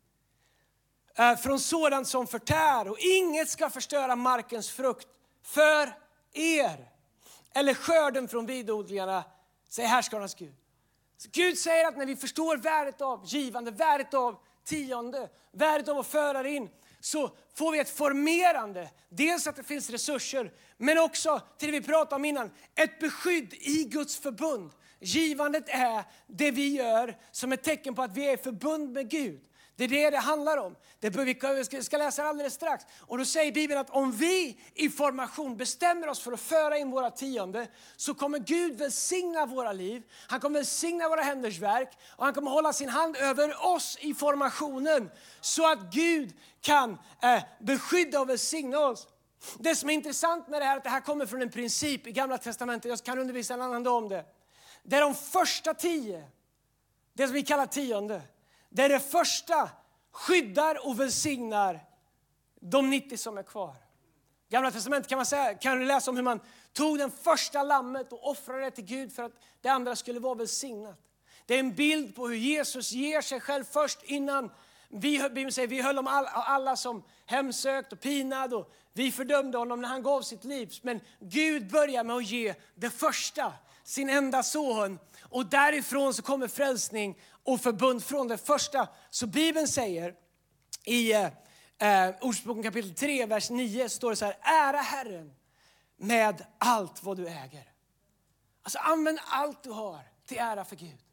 eh, från sådant som förtär. Och inget ska förstöra markens frukt för er. Eller skörden från vidodlingarna, säger härskarnas Gud. Så Gud säger att när vi förstår värdet av givande, värdet av tionde, värdet av att föra in, så får vi ett formerande. Dels att det finns resurser, men också till det vi pratade om innan, ett beskydd i Guds förbund. Givandet är det vi gör som ett tecken på att vi är i förbund med Gud. Det är det det handlar om. Det vi ska läsa alldeles strax. Och då säger Bibeln att om vi i formation bestämmer oss för att föra in våra tionde, så kommer Gud välsigna våra liv. Han kommer välsigna våra händers verk. Och han kommer hålla sin hand över oss i formationen. Så att Gud kan eh, beskydda och välsigna oss. Det som är intressant med det här är att det här kommer från en princip i Gamla testamentet. Jag kan undervisa en annan dag om det. Det är de första tio. Det som vi kallar tionde. Där det första skyddar och välsignar de nittio som är kvar. Gamla testamentet kan man säga, kan du läsa om hur man tog den första lammet och offrade det till Gud för att det andra skulle vara välsignat. Det är en bild på hur Jesus ger sig själv först innan vi, vi höll om alla, alla som hemsökt och pinad och vi fördömde honom när han gav sitt liv. Men Gud börjar med att ge det första, sin enda son. Och därifrån så kommer frälsning och förbund från det första. Så Bibeln säger i eh, Ordspråken kapitel tre, vers nio, står det så här: ära Herren med allt vad du äger. Alltså använd allt du har till ära för Gud.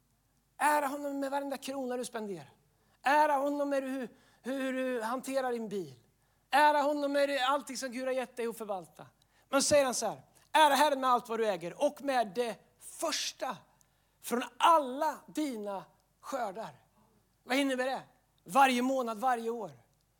Ära honom med varenda krona du spenderar. Ära honom med hur, hur du hanterar din bil. Ära honom med allting som Gud har gett dig att förvalta. Men säger han så här: ära Herren med allt vad du äger och med det första från alla dina skördar. Vad innebär det? Varje månad, varje år.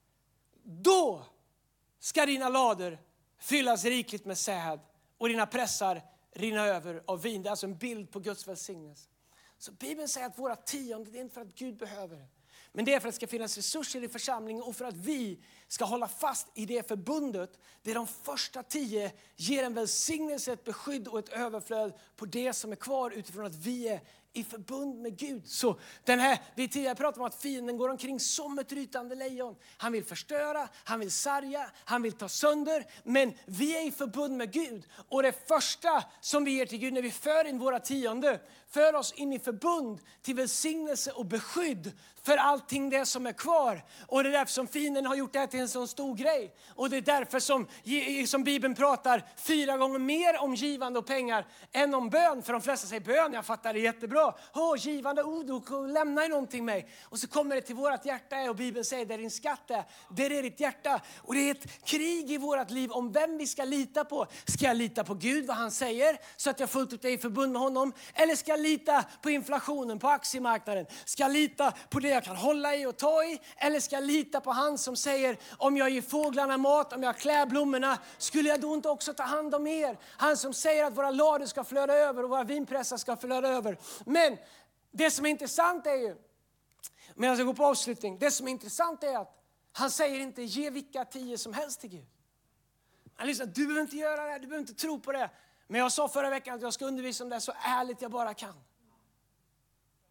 Då ska dina lader fyllas rikligt med säd och dina pressar rinna över av vin. Det är alltså en bild på Guds välsignelse. Så Bibeln säger att våra tionde, det är inte för att Gud behöver det. Men det är för att det ska finnas resurser i församlingen och för att vi ska hålla fast i det förbundet. Det är de första tio ger en välsignelse, ett beskydd och ett överflöd på det som är kvar utifrån att vi är i förbund med Gud. Så den här, vi tidigare pratade om att fienden går omkring som ett rytande lejon. Han vill förstöra, han vill sarga, han vill ta sönder. Men vi är i förbund med Gud. Och det första som vi ger till Gud när vi för in våra tionde, för oss in i förbund till välsignelse och beskydd för allting det som är kvar. Och det är därför som fienden har gjort det här till en sån stor grej. Och det är därför som, som Bibeln pratar fyra gånger mer om givande och pengar än om bön. För de flesta säger bön, jag fattar det jättebra. Åh, oh, givande, oh, du lämnar ju någonting mig. Och så kommer det till vårat hjärta och Bibeln säger där din skatt är, där är ditt hjärta. Och det är ett krig i vårat liv om vem vi ska lita på. Ska jag lita på Gud, vad han säger, så att jag fullt ut är i förbund med honom? Eller ska jag lita på inflationen, på aktiemarknaden? Ska jag lita på det jag kan hålla i och ta i? Eller ska jag lita på han som säger, om jag ger fåglarna mat, om jag klär blommorna, skulle jag då inte också ta hand om er? Han som säger att våra lader ska flöda över och våra vinpressar ska flöda över. Men det som är intressant är ju, medan jag går på avslutning, det som är intressant är att han säger inte ge vilka tio som helst till Gud. Han lyssnar, du behöver inte göra det, du behöver inte tro på det. Men jag sa förra veckan att jag ska undervisa om det så ärligt jag bara kan.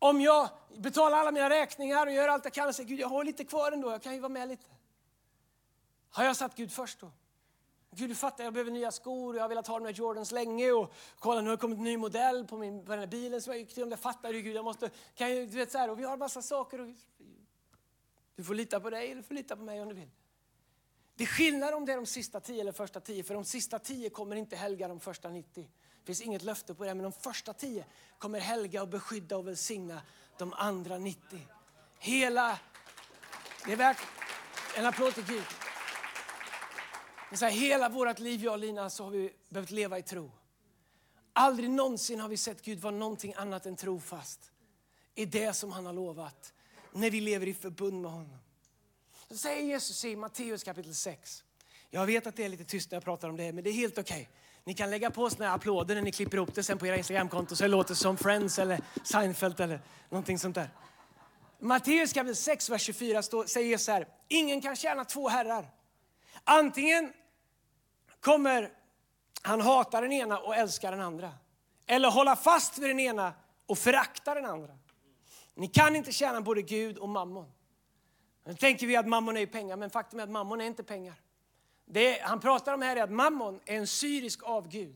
Om jag betalar alla mina räkningar och gör allt jag kan och säger Gud, jag har lite kvar ändå, jag kan ju vara med lite. Har jag satt Gud först då? Gud, du fattar, jag behöver nya skor och jag har velat ha de här Jordans länge och kolla, nu har det kommit en ny modell på, min, på den här bilen som jag gick till, om det fattar du Gud, jag måste, kan ju, du vet så här, och vi har en massa saker och du får lita på dig eller du får lita på mig om du vill. Det är skillnad om det är de sista tio eller första tio, för de sista tio kommer inte helga de första nittio. Det finns inget löfte på det, men de första tio kommer helga och beskydda och välsigna de andra nittio. Hela, det är värt en applåd till Gud. Men så här, hela vårt liv, jag och Lina, så har vi behövt leva i tro. Aldrig någonsin har vi sett Gud vara någonting annat än trofast i det som han har lovat. När vi lever i förbund med honom. Så säger Jesus i Matteus kapitel sex. Jag vet att det är lite tyst när jag pratar om det, men det är helt okej. Okay. Ni kan lägga på såna här applåder när ni klipper ihop det sen på era Instagramkonto, så det låter som Friends eller Seinfeld eller någonting sånt där. Matteus kapitel sex, vers tjugofyra står, säger Jesus så här: ingen kan tjäna två herrar. Antingen kommer han hata den ena och älska den andra, eller hålla fast vid den ena och förakta den andra. Ni kan inte tjäna både Gud och mammon. Nu tänker vi att mammon är pengar, men faktum är att mammon är inte pengar. Det han pratar om här är att mammon är en syrisk avgud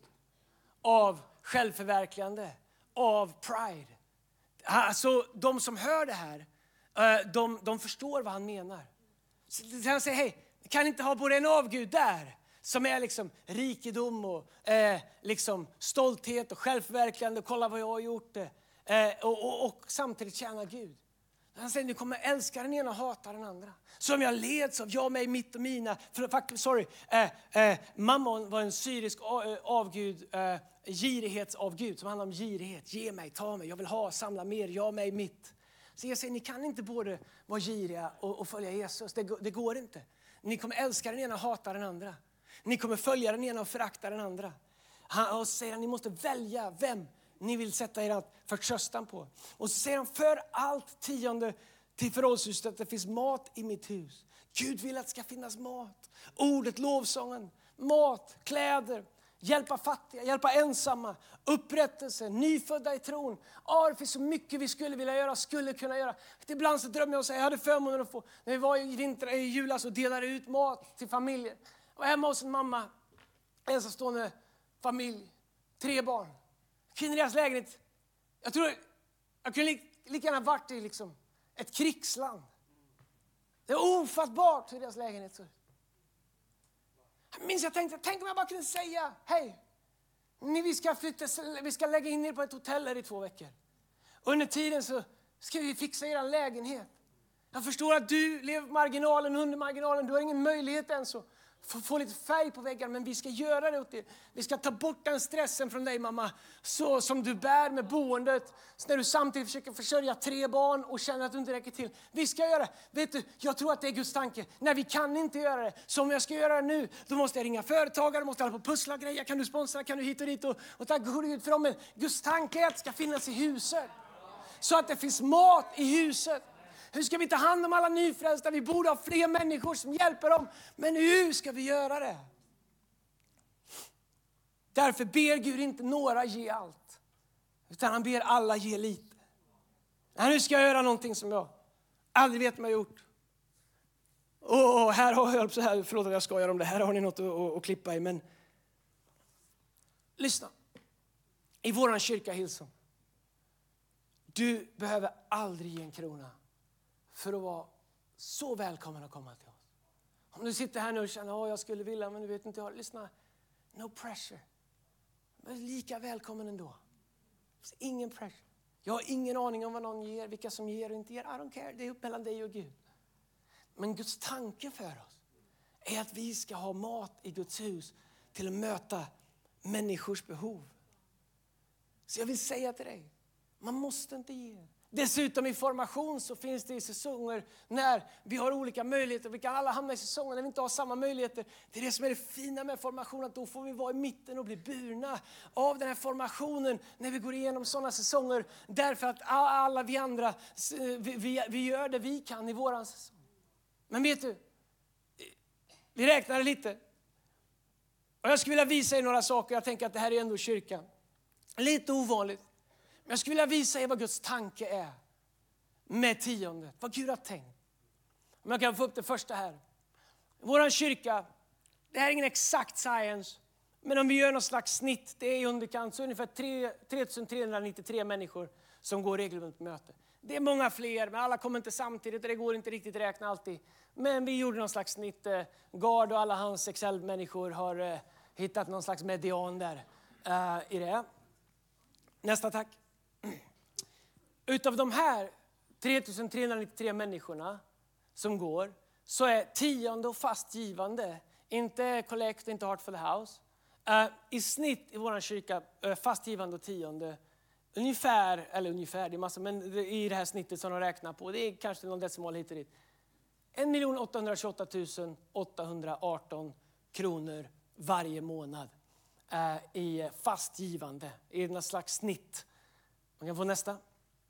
av självförverkligande, av pride. Alltså de som hör det här, de, de förstår vad han menar. Så han säger, hej, kan inte ha både en avgud där som är liksom rikedom och eh, liksom stolthet och självförverkligande, och kolla vad jag har gjort, eh, och, och, och samtidigt tjäna Gud. Han säger, du kommer älska den ena och hata den andra. Som jag leds av, jag, mig, mitt och mina. För faktiskt, sorry, eh, eh, mammon var en syrisk avgud, eh, girighetsavgud, som handlar om girighet. Ge mig, ta mig, jag vill ha, samla mer, jag, mig, mitt. Så jag säger, ni kan inte både vara giriga och, och följa Jesus. Det, det går inte. Ni kommer älska den ena och hata den andra. Ni kommer följa den ena och förakta den andra. Han och säger, ni måste välja vem ni vill sätta er förtröstan på. Och så säger han, för allt tionde till förrådshuset att det finns mat i mitt hus. Gud vill att det ska finnas mat. Ordet, lovsången, mat, kläder, hjälpa fattiga, hjälpa ensamma, upprättelse, nyfödda i tron. Ja, det finns så mycket vi skulle vilja göra, skulle kunna göra. Ibland så drömmer jag och säger, jag hade förmånen att få, när vi var i vinter, i julas och delade ut mat till familjer. Jag var hemma hos en mamma, ensamstående familj, tre barn. Kvinnor i deras lägenhet. Jag tror jag kunde lika, lika gärna varit i liksom ett krigsland. Det är ofattbart hur deras lägenhet ser ut. Jag minns jag tänkte, tänk om jag bara kunde säga, hej, vi ska flytta, vi ska lägga in er på ett hotell här i två veckor. Under tiden så ska vi fixa er lägenhet. Jag förstår att du lever på marginalen, under marginalen, du har ingen möjlighet ens att få, få lite färg på väggarna, men vi ska göra det åt dig. Vi ska ta bort den stressen från dig, mamma, så som du bär med boendet, så när du samtidigt försöker försörja tre barn och känner att du inte räcker till. Vi ska göra det. Vet du, jag tror att det är Guds tanke. Nej, vi kan inte göra det. Så om jag ska göra det nu, då måste jag ringa företagare, måste hålla på pussla grejer. Kan du sponsra, kan du hit och dit, och, och tack gode Gud för dem. Men Guds tanke är att det ska finnas i huset, så att det finns mat i huset. Hur ska vi ta hand om alla nyfrälsta? Vi borde ha fler människor som hjälper dem. Men hur ska vi göra det? Därför ber Gud inte några ge allt, utan han ber alla ge lite. Nu ska jag göra någonting som jag aldrig vet om jag har gjort. Och här har jag så här, förlåt att jag skojar om det. Här har ni något att, att, att klippa i. Men lyssna. I våran kyrka Hillsong, du behöver aldrig ge en krona för att vara så välkommen att komma till oss. Om du sitter här nu och känner, ja, jag skulle vilja, men du vet inte, jag lyssna. No pressure. Men lika välkommen ändå. Ingen pressure. Jag har ingen aning om vad någon ger, vilka som ger och inte ger. I don't care, det är upp mellan dig och Gud. Men Guds tanke för oss är att vi ska ha mat i Guds hus till att möta människors behov. Så jag vill säga till dig, man måste inte ge. Dessutom i formation så finns det i säsonger när vi har olika möjligheter. Vi kan alla hamna i säsonger när vi inte har samma möjligheter. Det är det som är det fina med formation, att då får vi vara i mitten och bli burna av den här formationen när vi går igenom sådana säsonger. Därför att alla vi andra, vi, vi, vi gör det vi kan i våran säsong. Men vet du, vi räknade lite. Och jag skulle vilja visa er några saker. Jag tänker att det här är ändå kyrkan. Lite ovanligt. Jag skulle vilja visa er vad Guds tanke är med tiondet. Vad Gud har tänkt. Om jag kan få upp det första här. Vår kyrka, det här är ingen exakt science. Men om vi gör något slags snitt, det är i underkant, så ungefär tre tusen trehundranittiotre människor som går regelbundet möte. Det är många fler, men alla kommer inte samtidigt och det går inte riktigt att räkna alltid. Men vi gjorde någon slags snitt. Gard och alla hans Excel-människor har uh, hittat någon slags median där uh, i det. Nästa tack. Utav de här tre tusen trehundranittiotre människorna som går, så är tionde och fastgivande, inte collect, inte heart for the house. Uh, I snitt i vår kyrka, uh, fastgivande och tionde, ungefär, eller ungefär, det är massa, men i det här snittet som de räknar på, det är kanske någon decimal hit och dit. en miljon åttahundratjugoåtta tusen åttahundraarton kronor varje månad uh, i fastgivande, i något slags snitt. Man kan få nästa.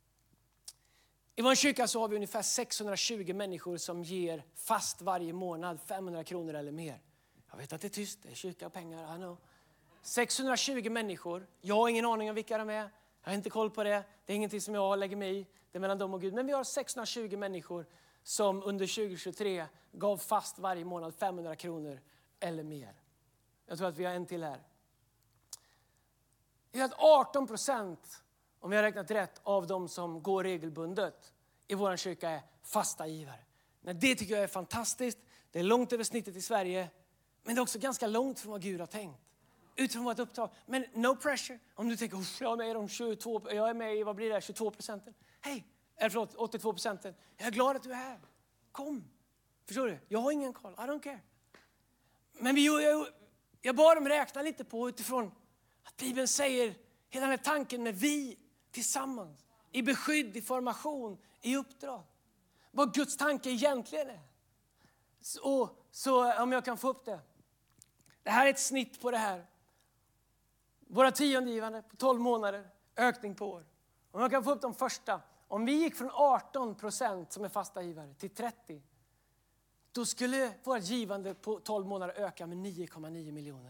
I vår kyrka så har vi ungefär sexhundratjugo människor som ger fast varje månad femhundra kronor eller mer. Jag vet att det är tyst, det är kyrka och pengar, I know. sexhundratjugo människor, jag har ingen aning om vilka de är. Jag har inte koll på det, det är ingenting som jag lägger mig i. Det är mellan dem och Gud. Men vi har sexhundratjugo människor som under tjugohundratjugotre gav fast varje månad femhundra kronor eller mer. Jag tror att vi har en till här. Vi har arton procent, om jag har räknat rätt, av de som går regelbundet i vår kyrka är fasta givare. Men det tycker jag är fantastiskt. Det är långt över snittet i Sverige. Men det är också ganska långt från vad Gud har tänkt. Utifrån vårt uppdrag. Men no pressure. Om du tänker, jag är med i de tjugotvå, jag är med i, vad blir det, tjugotvå procenten. Hej, eller förlåt, åttiotvå procenten. Jag är glad att du är här. Kom. Förstår du? Jag har ingen koll. I don't care. Men vi, jag, jag bara dem räkna lite på utifrån att Bibeln säger, hela den här tanken med vi tillsammans. I beskydd, i formation, i uppdrag. Vad Guds tanke egentligen är. Så, så om jag kan få upp det. Det här är ett snitt på det här. Våra tiondegivande på tolv månader. Ökning på år. Om jag kan få upp de första. Om vi gick från arton procent som är fasta givare till trettio. Då skulle våra givande på tolv månader öka med nio komma nio miljoner.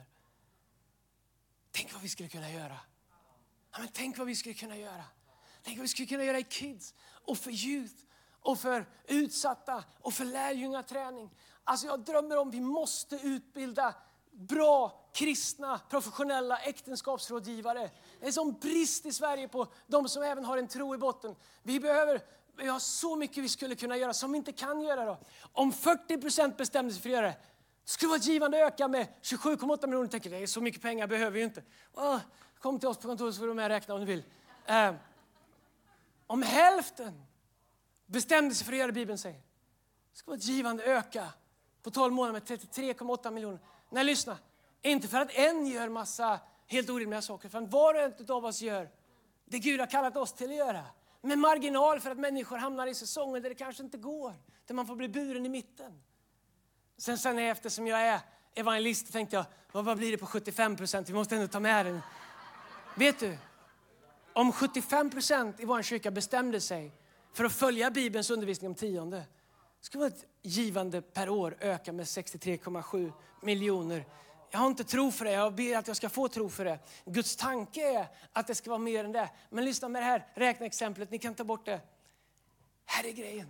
Tänk vad vi skulle kunna göra. Ja, men tänk vad vi skulle kunna göra. Tänk vad vi skulle kunna göra i kids. Och för youth. Och för utsatta. Och för lärjungaträning. Alltså jag drömmer om vi måste utbilda bra, kristna, professionella äktenskapsrådgivare. Det är en sån brist i Sverige på de som även har en tro i botten. Vi behöver, vi har så mycket vi skulle kunna göra som vi inte kan göra då. Om fyrtio procent bestämde sig för att göra det, skulle vårt givande öka med tjugosju komma åtta miljoner. Tänker det är så mycket pengar behöver vi ju inte. Oh, kom till oss på kontoret så får du med räkna om du vill. Uh, om hälften bestämde sig för att göra det Bibeln säger, skulle vårt givande öka på tolv månader med trettiotre komma åtta miljoner. Nej, lyssna. Inte för att en gör massa helt orimliga saker. För att var och en av oss gör det Gud har kallat oss till att göra. Med marginal för att människor hamnar i säsonger där det kanske inte går. Där man får bli buren i mitten. Sen, sen eftersom jag är evangelist tänkte jag, vad, vad blir det på sjuttiofem procent? Vi måste ändå ta med den. Vet du? Om sjuttiofem procent i vår kyrka bestämde sig för att följa Bibelns undervisning om tionde. Skulle vara ett givande per år öka med sextiotre komma sju miljoner. Jag har inte tro för det. Jag ber att jag ska få tro för det. Guds tanke är att det ska vara mer än det. Men lyssna med det här räkneexemplet. Ni kan ta bort det. Här är grejen.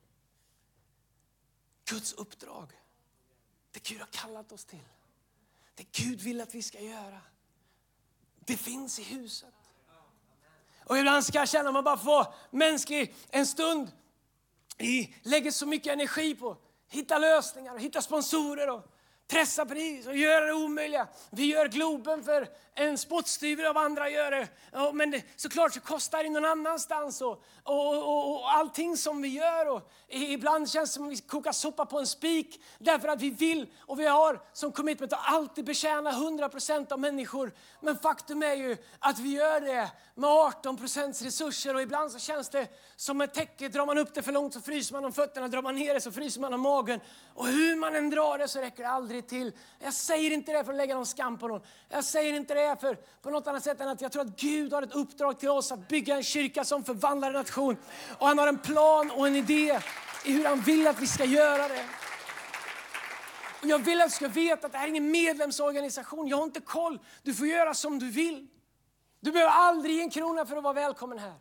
Guds uppdrag. Det Gud har kallat oss till. Det Gud vill att vi ska göra. Det finns i huset. Och ibland ska jag känna att man bara får mänsklig en stund. Vi lägger så mycket energi på att hitta lösningar och hitta sponsorer och pressa pris och göra det omöjliga. Vi gör Globen för en spottstyver av andra gör det. Men det, såklart så kostar det någon annanstans och, och, och, och allting som vi gör. Och ibland känns det som att vi kokar soppa på en spik därför att vi vill och vi har som commitment att alltid betjäna hundra procent av människor. Men faktum är ju att vi gör det med arton procent resurser och ibland så känns det som ett täcke. Drar man upp det för långt så fryser man om fötterna, drar man ner det så fryser man om magen. Och hur man än drar det så räcker det aldrig till. Jag säger inte det för att lägga någon skam på någon. Jag säger inte det för på något annat sätt än att jag tror att Gud har ett uppdrag till oss att bygga en kyrka som förvandlar en nation. Och han har en plan och en idé i hur han vill att vi ska göra det. Och jag vill att du ska veta att det här är ingen medlemsorganisation. Jag har inte koll. Du får göra som du vill. Du behöver aldrig ge en krona för att vara välkommen här.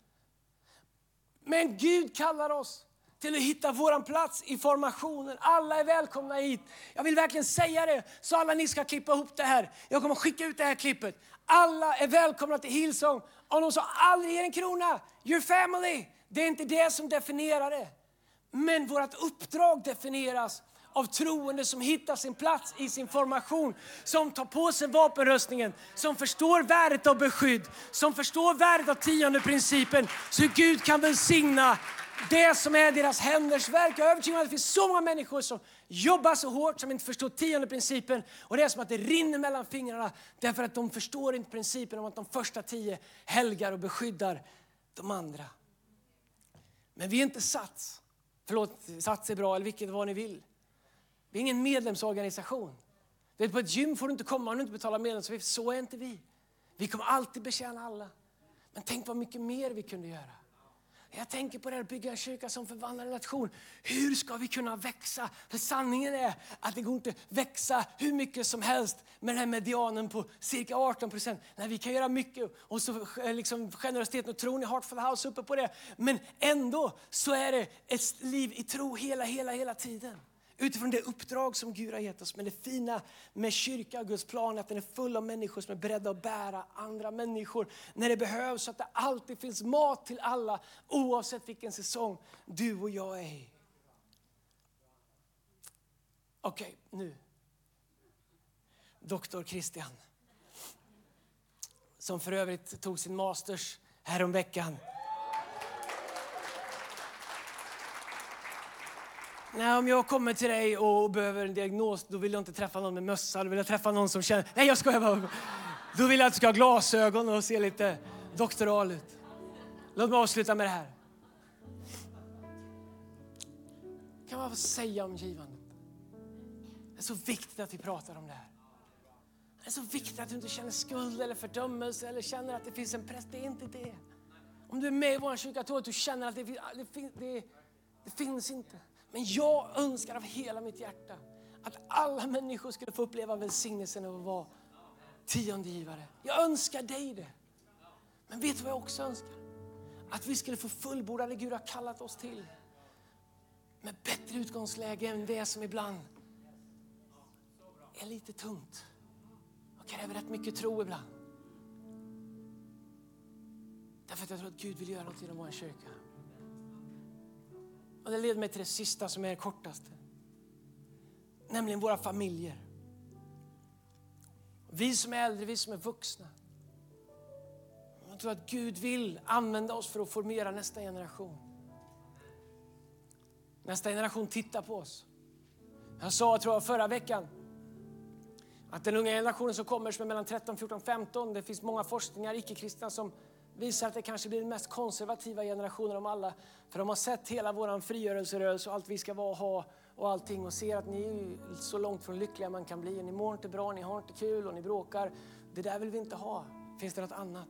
Men Gud kallar oss till att hitta våran plats i formationen. Alla är välkomna hit. Jag vill verkligen säga det så alla ni ska klippa ihop det här. Jag kommer skicka ut det här klippet. Alla är välkomna till Hillsong. Om de sa aldrig ger en krona. Your family. Det är inte det som definierar det. Men vårt uppdrag definieras av troende som hittar sin plats i sin formation. Som tar på sig vapenrustningen. Som förstår värdet av beskydd. Som förstår värdet av tionde principen. Så Gud kan välsigna det som är deras händers verk. Jag är övertygad om att det finns så många människor som jobbar så hårt som inte förstår tionde principen. Och det är som att det rinner mellan fingrarna. Därför att de förstår inte principen om att de första tio helgar och beskyddar de andra. Men vi är inte Sats. Förlåt, Sats är bra eller vilket vad ni vill. Vi är ingen medlemsorganisation. Vet, på ett gym får du inte komma om du inte betalar medlemsavgift. Så är inte vi. Vi kommer alltid betjäna alla. Men tänk vad mycket mer vi kunde göra. Jag tänker på det här, bygga en kyrka som förvandlar en nation. Hur ska vi kunna växa? För sanningen är att det går inte växa hur mycket som helst med den här medianen på cirka arton procent. Nej, vi kan göra mycket och så liksom generositeten och tron i Heartful House uppe på det. Men ändå så är det ett liv i tro hela, hela, hela tiden. Utifrån det uppdrag som Gud har gett oss. Men det fina med kyrka och Guds plan är att den är full av människor som är beredda att bära andra människor när det behövs. Så att det alltid finns mat till alla oavsett vilken säsong du och jag är i. Okej, okay, nu. Doktor Christian. Som för övrigt tog sin masters härom veckan. Nej, om jag kommer till dig och behöver en diagnos, då vill jag inte träffa någon med mössa. Då vill jag träffa någon som känner... Nej, jag skojar bara. Då vill jag att du ska ha glasögon och se lite doktoral ut. Låt mig avsluta med det här. Kan man få säga om givandet? Det är så viktigt att vi pratar om det här. Det är så viktigt att du inte känner skuld eller fördömelse eller känner att det finns en präst. Det är inte det. Om du är med i vår kyrka, tror att du känner att det, det, det, det finns inte. Men jag önskar av hela mitt hjärta att alla människor skulle få uppleva välsignelsen av att vara tiondegivare. Jag önskar dig det. Men vet du vad jag också önskar? Att vi skulle få fullborda det Gud har kallat oss till. Med bättre utgångsläge än det som ibland är lite tungt. Och kräver rätt mycket tro ibland. Därför att jag tror att Gud vill göra något i vår kyrka. Och det leder mig till det sista som är det kortaste. Nämligen våra familjer. Vi som är äldre, vi som är vuxna. Jag tror att Gud vill använda oss för att formera nästa generation. Nästa generation tittar på oss. Jag sa, tror jag, förra veckan. Att den unga generationen som kommer som är mellan tretton, fjorton, femton. Det finns många forskningar, icke-kristna, som visar att det kanske blir den mest konservativa generationen av alla. För de har sett hela våran frigörelserörelse och allt vi ska vara och ha och allting. Och ser att ni är så långt från lyckliga man kan bli. Ni mår inte bra, ni har inte kul och ni bråkar. Det där vill vi inte ha. Finns det något annat?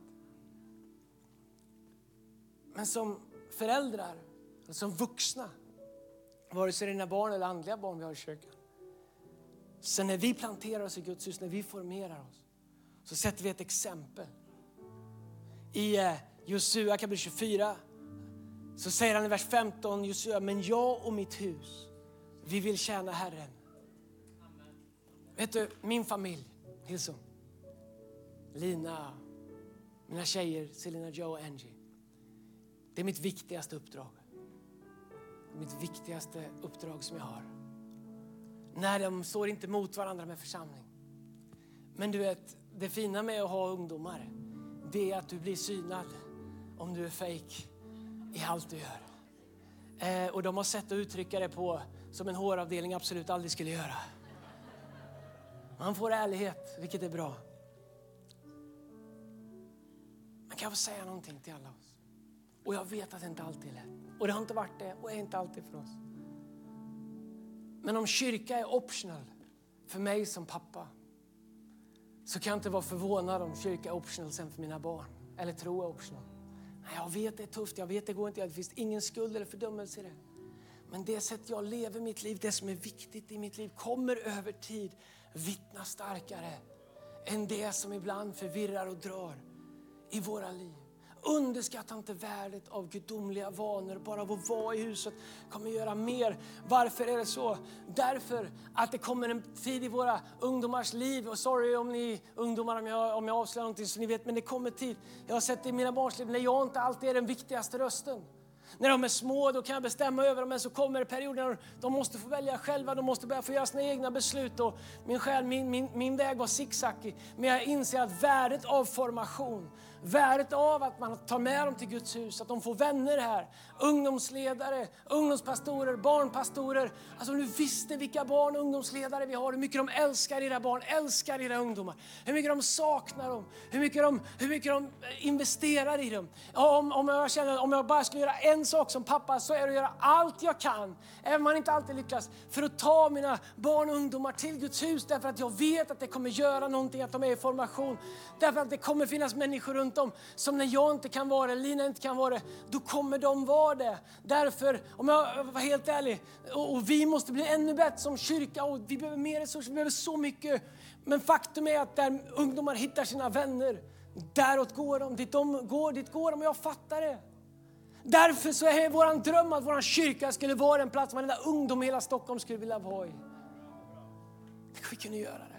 Men som föräldrar, som vuxna, vare sig det är dina barn eller andliga barn vi har i kyrkan. Så när vi planterar oss i Guds hus, när vi formerar oss, så sätter vi ett exempel. I Josua kapitel tjugofyra så säger han i vers femton, Josua, men jag och mitt hus, vi vill tjäna Herren. Amen. Vet du, min familj, Hillsong, Lina, mina tjejer, Selina, Joe och Angie. Det är mitt viktigaste uppdrag. Mitt viktigaste uppdrag som jag har. När de står inte mot varandra med församling. Men du vet, det fina med att ha ungdomar, det är att du blir synad om du är fake i allt du gör. Eh, och de har sett att uttrycka det på som en håravdelning absolut aldrig skulle göra. Man får ärlighet, vilket är bra. Man kan få säga någonting till alla oss. Och jag vet att det inte alltid är lätt. Och det har inte varit det och är inte alltid för oss. Men om kyrka är optional för mig som pappa, så kan jag inte vara förvånad om kyrka är optional sen för mina barn. Eller tro är optional. Nej, jag vet det är tufft, jag vet det går inte. Det finns ingen skuld eller fördömelse i det. Men det sätt jag lever mitt liv, det som är viktigt i mitt liv, kommer över tid vittna starkare än det som ibland förvirrar och drar i våra liv. Underskatta inte värdet av gudomliga vanor. Bara av att vara i huset kommer göra mer. Varför är det så? Därför att det kommer en tid i våra ungdomars liv. Och sorry om ni ungdomar om jag, om jag avslöjar någonting så ni vet. Men det kommer tid. Jag har sett det i mina barns liv när jag inte alltid är den viktigaste rösten. När de är små då kan jag bestämma över dem. Men så kommer det perioder när de måste få välja själva. De måste börja få göra sina egna beslut. Och min, själ, min, min, min väg var zigzagig. Men jag inser att värdet av formation. Värdet av att man tar med dem till Guds hus. Att de får vänner här. Ungdomsledare, ungdomspastorer, barnpastorer. Alltså om du visste vilka barn och ungdomsledare vi har. Hur mycket de älskar era barn, älskar era ungdomar. Hur mycket de saknar dem. Hur mycket de, hur mycket de investerar i dem. Om, om, jag känner, om jag bara skulle göra en sak som pappa så är det att göra allt jag kan. Även om man inte alltid lyckas. För att ta mina barn och ungdomar till Guds hus. Därför att jag vet att det kommer göra någonting. Att de är i formation. Därför att det kommer finnas människor runt om som när jag inte kan vara det, Lina inte kan vara det, då kommer de vara det. Därför, om jag var helt ärlig, och, och vi måste bli ännu bättre som kyrka och vi behöver mer resurser, vi behöver så mycket. Men faktum är att där ungdomar hittar sina vänner, däråt går de, dit de går, dit går de och jag fattar det. Därför så är våran dröm att våran kyrka skulle vara en plats varenda ungdom i hela Stockholm skulle vilja vara i. Vi kunde göra det.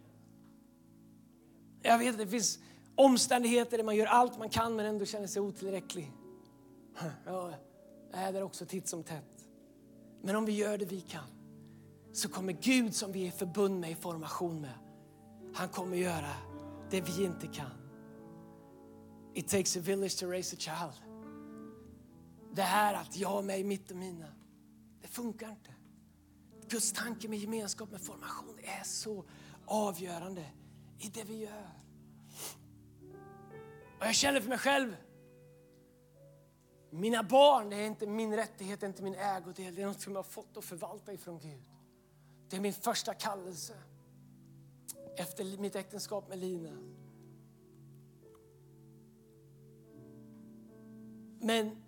Jag vet att det finns omständigheter där man gör allt man kan men ändå känner sig otillräcklig. Ja, det är där också titt som tätt. Men om vi gör det vi kan så kommer Gud som vi är förbund med i formation med. Han kommer göra det vi inte kan. It takes a village to raise a child. Det här att jag mig mitt och mina. Det funkar inte. Guds tanke med gemenskap med formation är så avgörande i det vi gör. Och jag känner för mig själv. Mina barn, det är inte min rättighet, det är inte min ägodel. Det är något som jag har fått att förvalta ifrån Gud. Det är min första kallelse. Efter mitt äktenskap med Lina. Men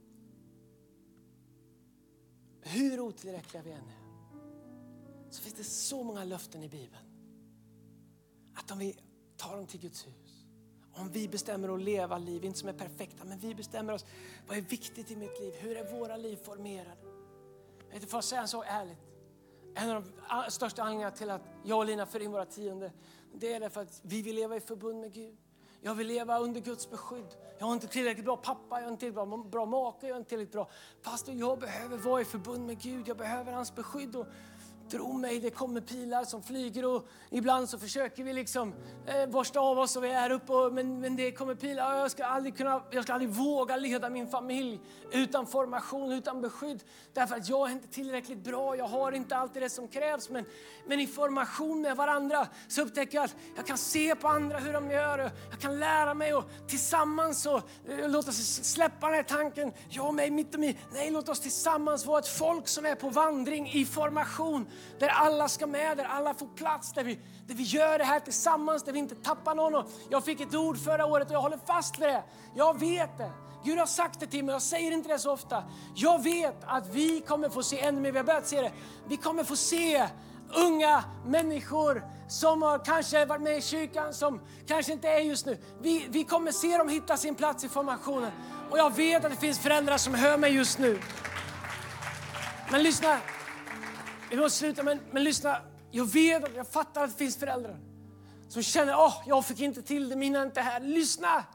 hur otillräckliga vi än är, så finns det så många löften i Bibeln. Att om vi tar dem till Guds hus. Om vi bestämmer att leva liv, inte som är perfekta, men vi bestämmer oss. Vad är viktigt i mitt liv? Hur är våra liv formerade? Jag vet, för att säga så ärligt. En av de största anledningarna till att jag och Lina för in våra tionde. Det är därför att vi vill leva i förbund med Gud. Jag vill leva under Guds beskydd. Jag har inte tillräckligt bra pappa, jag har inte tillräckligt bra, bra make, jag har inte tillräckligt bra pastor. Jag behöver vara i förbund med Gud. Jag behöver hans beskydd. Och tro mig, det kommer pilar som flyger och ibland så försöker vi liksom eh, borsta av oss och vi är uppe och, men, men det kommer pilar. Jag ska aldrig kunna, jag ska aldrig våga leda min familj utan formation, utan beskydd. Därför att jag är inte tillräckligt bra, jag har inte alltid det som krävs. Men, men i formation med varandra så upptäcker jag att jag kan se på andra hur de gör. Jag kan lära mig och tillsammans så eh, låt oss släppa den här tanken. Jag och mig mitt och mig. Nej, låt oss tillsammans vara ett folk som är på vandring i formation. Där alla ska med, där alla får plats, där vi, där vi gör det här tillsammans, där vi inte tappar någon. Och jag fick ett ord förra året och jag håller fast vid det. Jag vet det. Gud har sagt det till mig, jag säger inte det så ofta. Jag vet att vi kommer få se ännu mer, vi har börjat se det. Vi kommer få se unga människor som har kanske varit med i kyrkan, som kanske inte är just nu. Vi, vi kommer se dem hitta sin plats i formationen. Och jag vet att det finns föräldrar som hör mig just nu. Men lyssna. Vi måste sluta, men, men lyssna. Jag vet, jag fattar att det finns föräldrar som känner, åh, oh, jag fick inte till det, mina är inte här. Lyssna!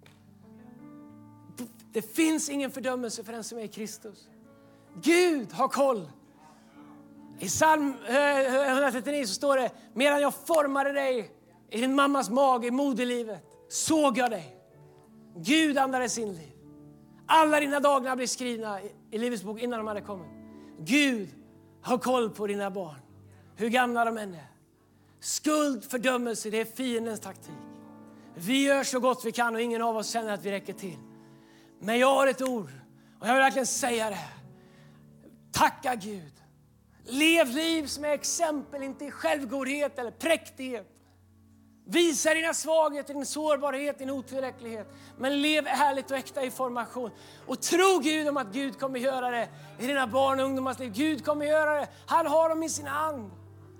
Det finns ingen fördömelse för den som är i Kristus. Gud har koll. I psalm etthundratrettionio så står det, medan jag formade dig i din mammas mage, i moderlivet, såg jag dig. Gud andades in liv. Alla dina dagar blir skrivna i livets bok innan de hade kommit. Gud har koll på dina barn. Hur gamla de än är. Skuld, fördömelse, det är fiendens taktik. Vi gör så gott vi kan och ingen av oss känner att vi räcker till. Men jag har ett ord och jag vill verkligen säga det. Tacka Gud. Lev liv som är exempel, inte i självgodhet eller präktighet. Visa dina svagheter, din sårbarhet, din otillräcklighet. Men lev ärligt och äkta i formation. Och tro Gud om att Gud kommer göra det i dina barn och ungdomars liv. Gud kommer göra det. Han har dem i sin hand.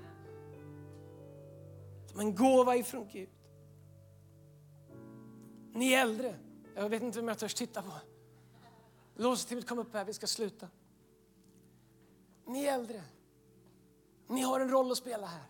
Som en gåva ifrån Gud. Ni är äldre. Jag vet inte vem jag törs titta på. Lovsångsteamet, kom upp här, vi ska sluta. Ni är äldre. Ni har en roll att spela här.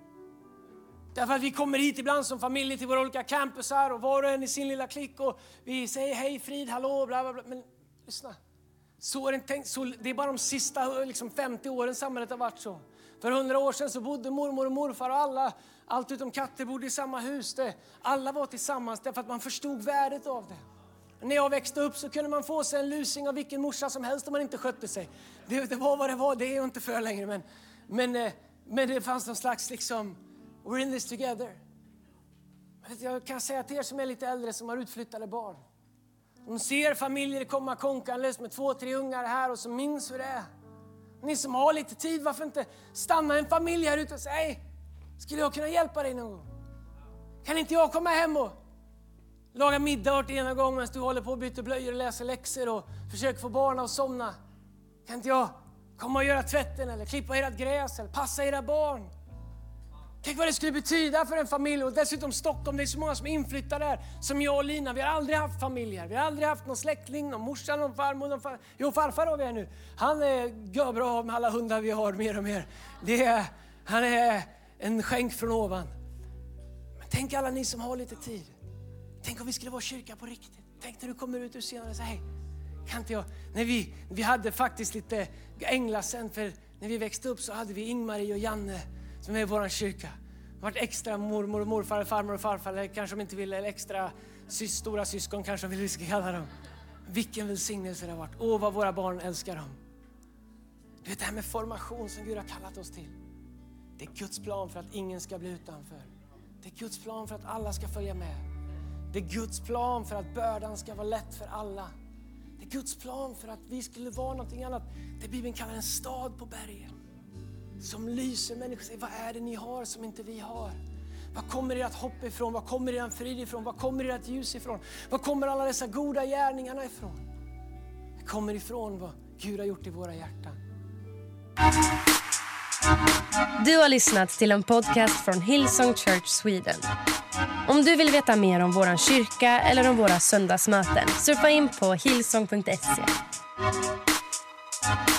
Därför att vi kommer hit ibland som familj till våra olika campusar och var och en i sin lilla klick och vi säger hej, frid, hallå, bla bla bla. Men lyssna, så är det, tänkt, så det är bara de sista liksom, femtio åren samhället har varit så. För hundra år sedan så bodde mormor och morfar och alla, allt utom katter, bodde i samma hus. Det, alla var tillsammans därför att man förstod värdet av det. När jag växte upp så kunde man få sig en lusing av vilken morsa som helst om man inte skötte sig. Det, det var vad det var, det är jag inte för längre. Men, men, men det fanns någon slags liksom, we're in this together. Jag kan säga till er som är lite äldre som har utflyttade barn. De ser familjer komma konkandes med två, tre ungar här och så minns hur det är. Ni som har lite tid, varför inte stanna en familj här ute och säga, hej, skulle jag kunna hjälpa dig någon gång? Kan inte jag komma hem och laga middag åt ena gången medan du håller på att byta blöjor och läser läxor och försöker få barnen att somna? Kan inte jag komma och göra tvätten eller klippa ert gräs eller passa era barn? Tänk vad det skulle betyda för en familj. Och dessutom Stockholm, det är så många som är inflyttade där. Som jag och Lina, vi har aldrig haft familjer. Vi har aldrig haft någon släktling, någon morsa, någon farmor, någon far... Jo, farfar har vi här nu. Han är görbra med alla hundar vi har mer och mer. Det är, han är en skänk från ovan. Men tänk alla ni som har lite tid. Tänk om vi skulle vara kyrka på riktigt. Tänk när du kommer ut ur scenen och säger, hej, kan inte jag... När vi, vi hade faktiskt lite änglar sen, för när vi växte upp så hade vi Ingmarie och Janne som är i vår kyrka. Det har varit extra mormor och morfar, farmor och farfar, eller kanske de inte vill, eller extra sys, stora syskon kanske vi ska kalla dem. Vilken välsignelse det har varit. Åh, vad våra barn älskar dem. Du vet det här med formation som Gud har kallat oss till. Det är Guds plan för att ingen ska bli utanför. Det är Guds plan för att alla ska följa med. Det är Guds plan för att bördan ska vara lätt för alla. Det är Guds plan för att vi skulle vara någonting annat. Det Bibeln kallar en stad på bergen. Som lyser, människor säger, vad är det ni har som inte vi har? Vad kommer ert hopp ifrån? Vad kommer er frid ifrån? Vad kommer ert ljus ifrån? Vad kommer alla dessa goda gärningarna ifrån? Det kommer ifrån vad Gud har gjort i våra hjärtan. Du har lyssnat till en podcast från Hillsong Church Sweden. Om du vill veta mer om våran kyrka eller om våra söndagsmöten, surfa in på hillsong punkt se.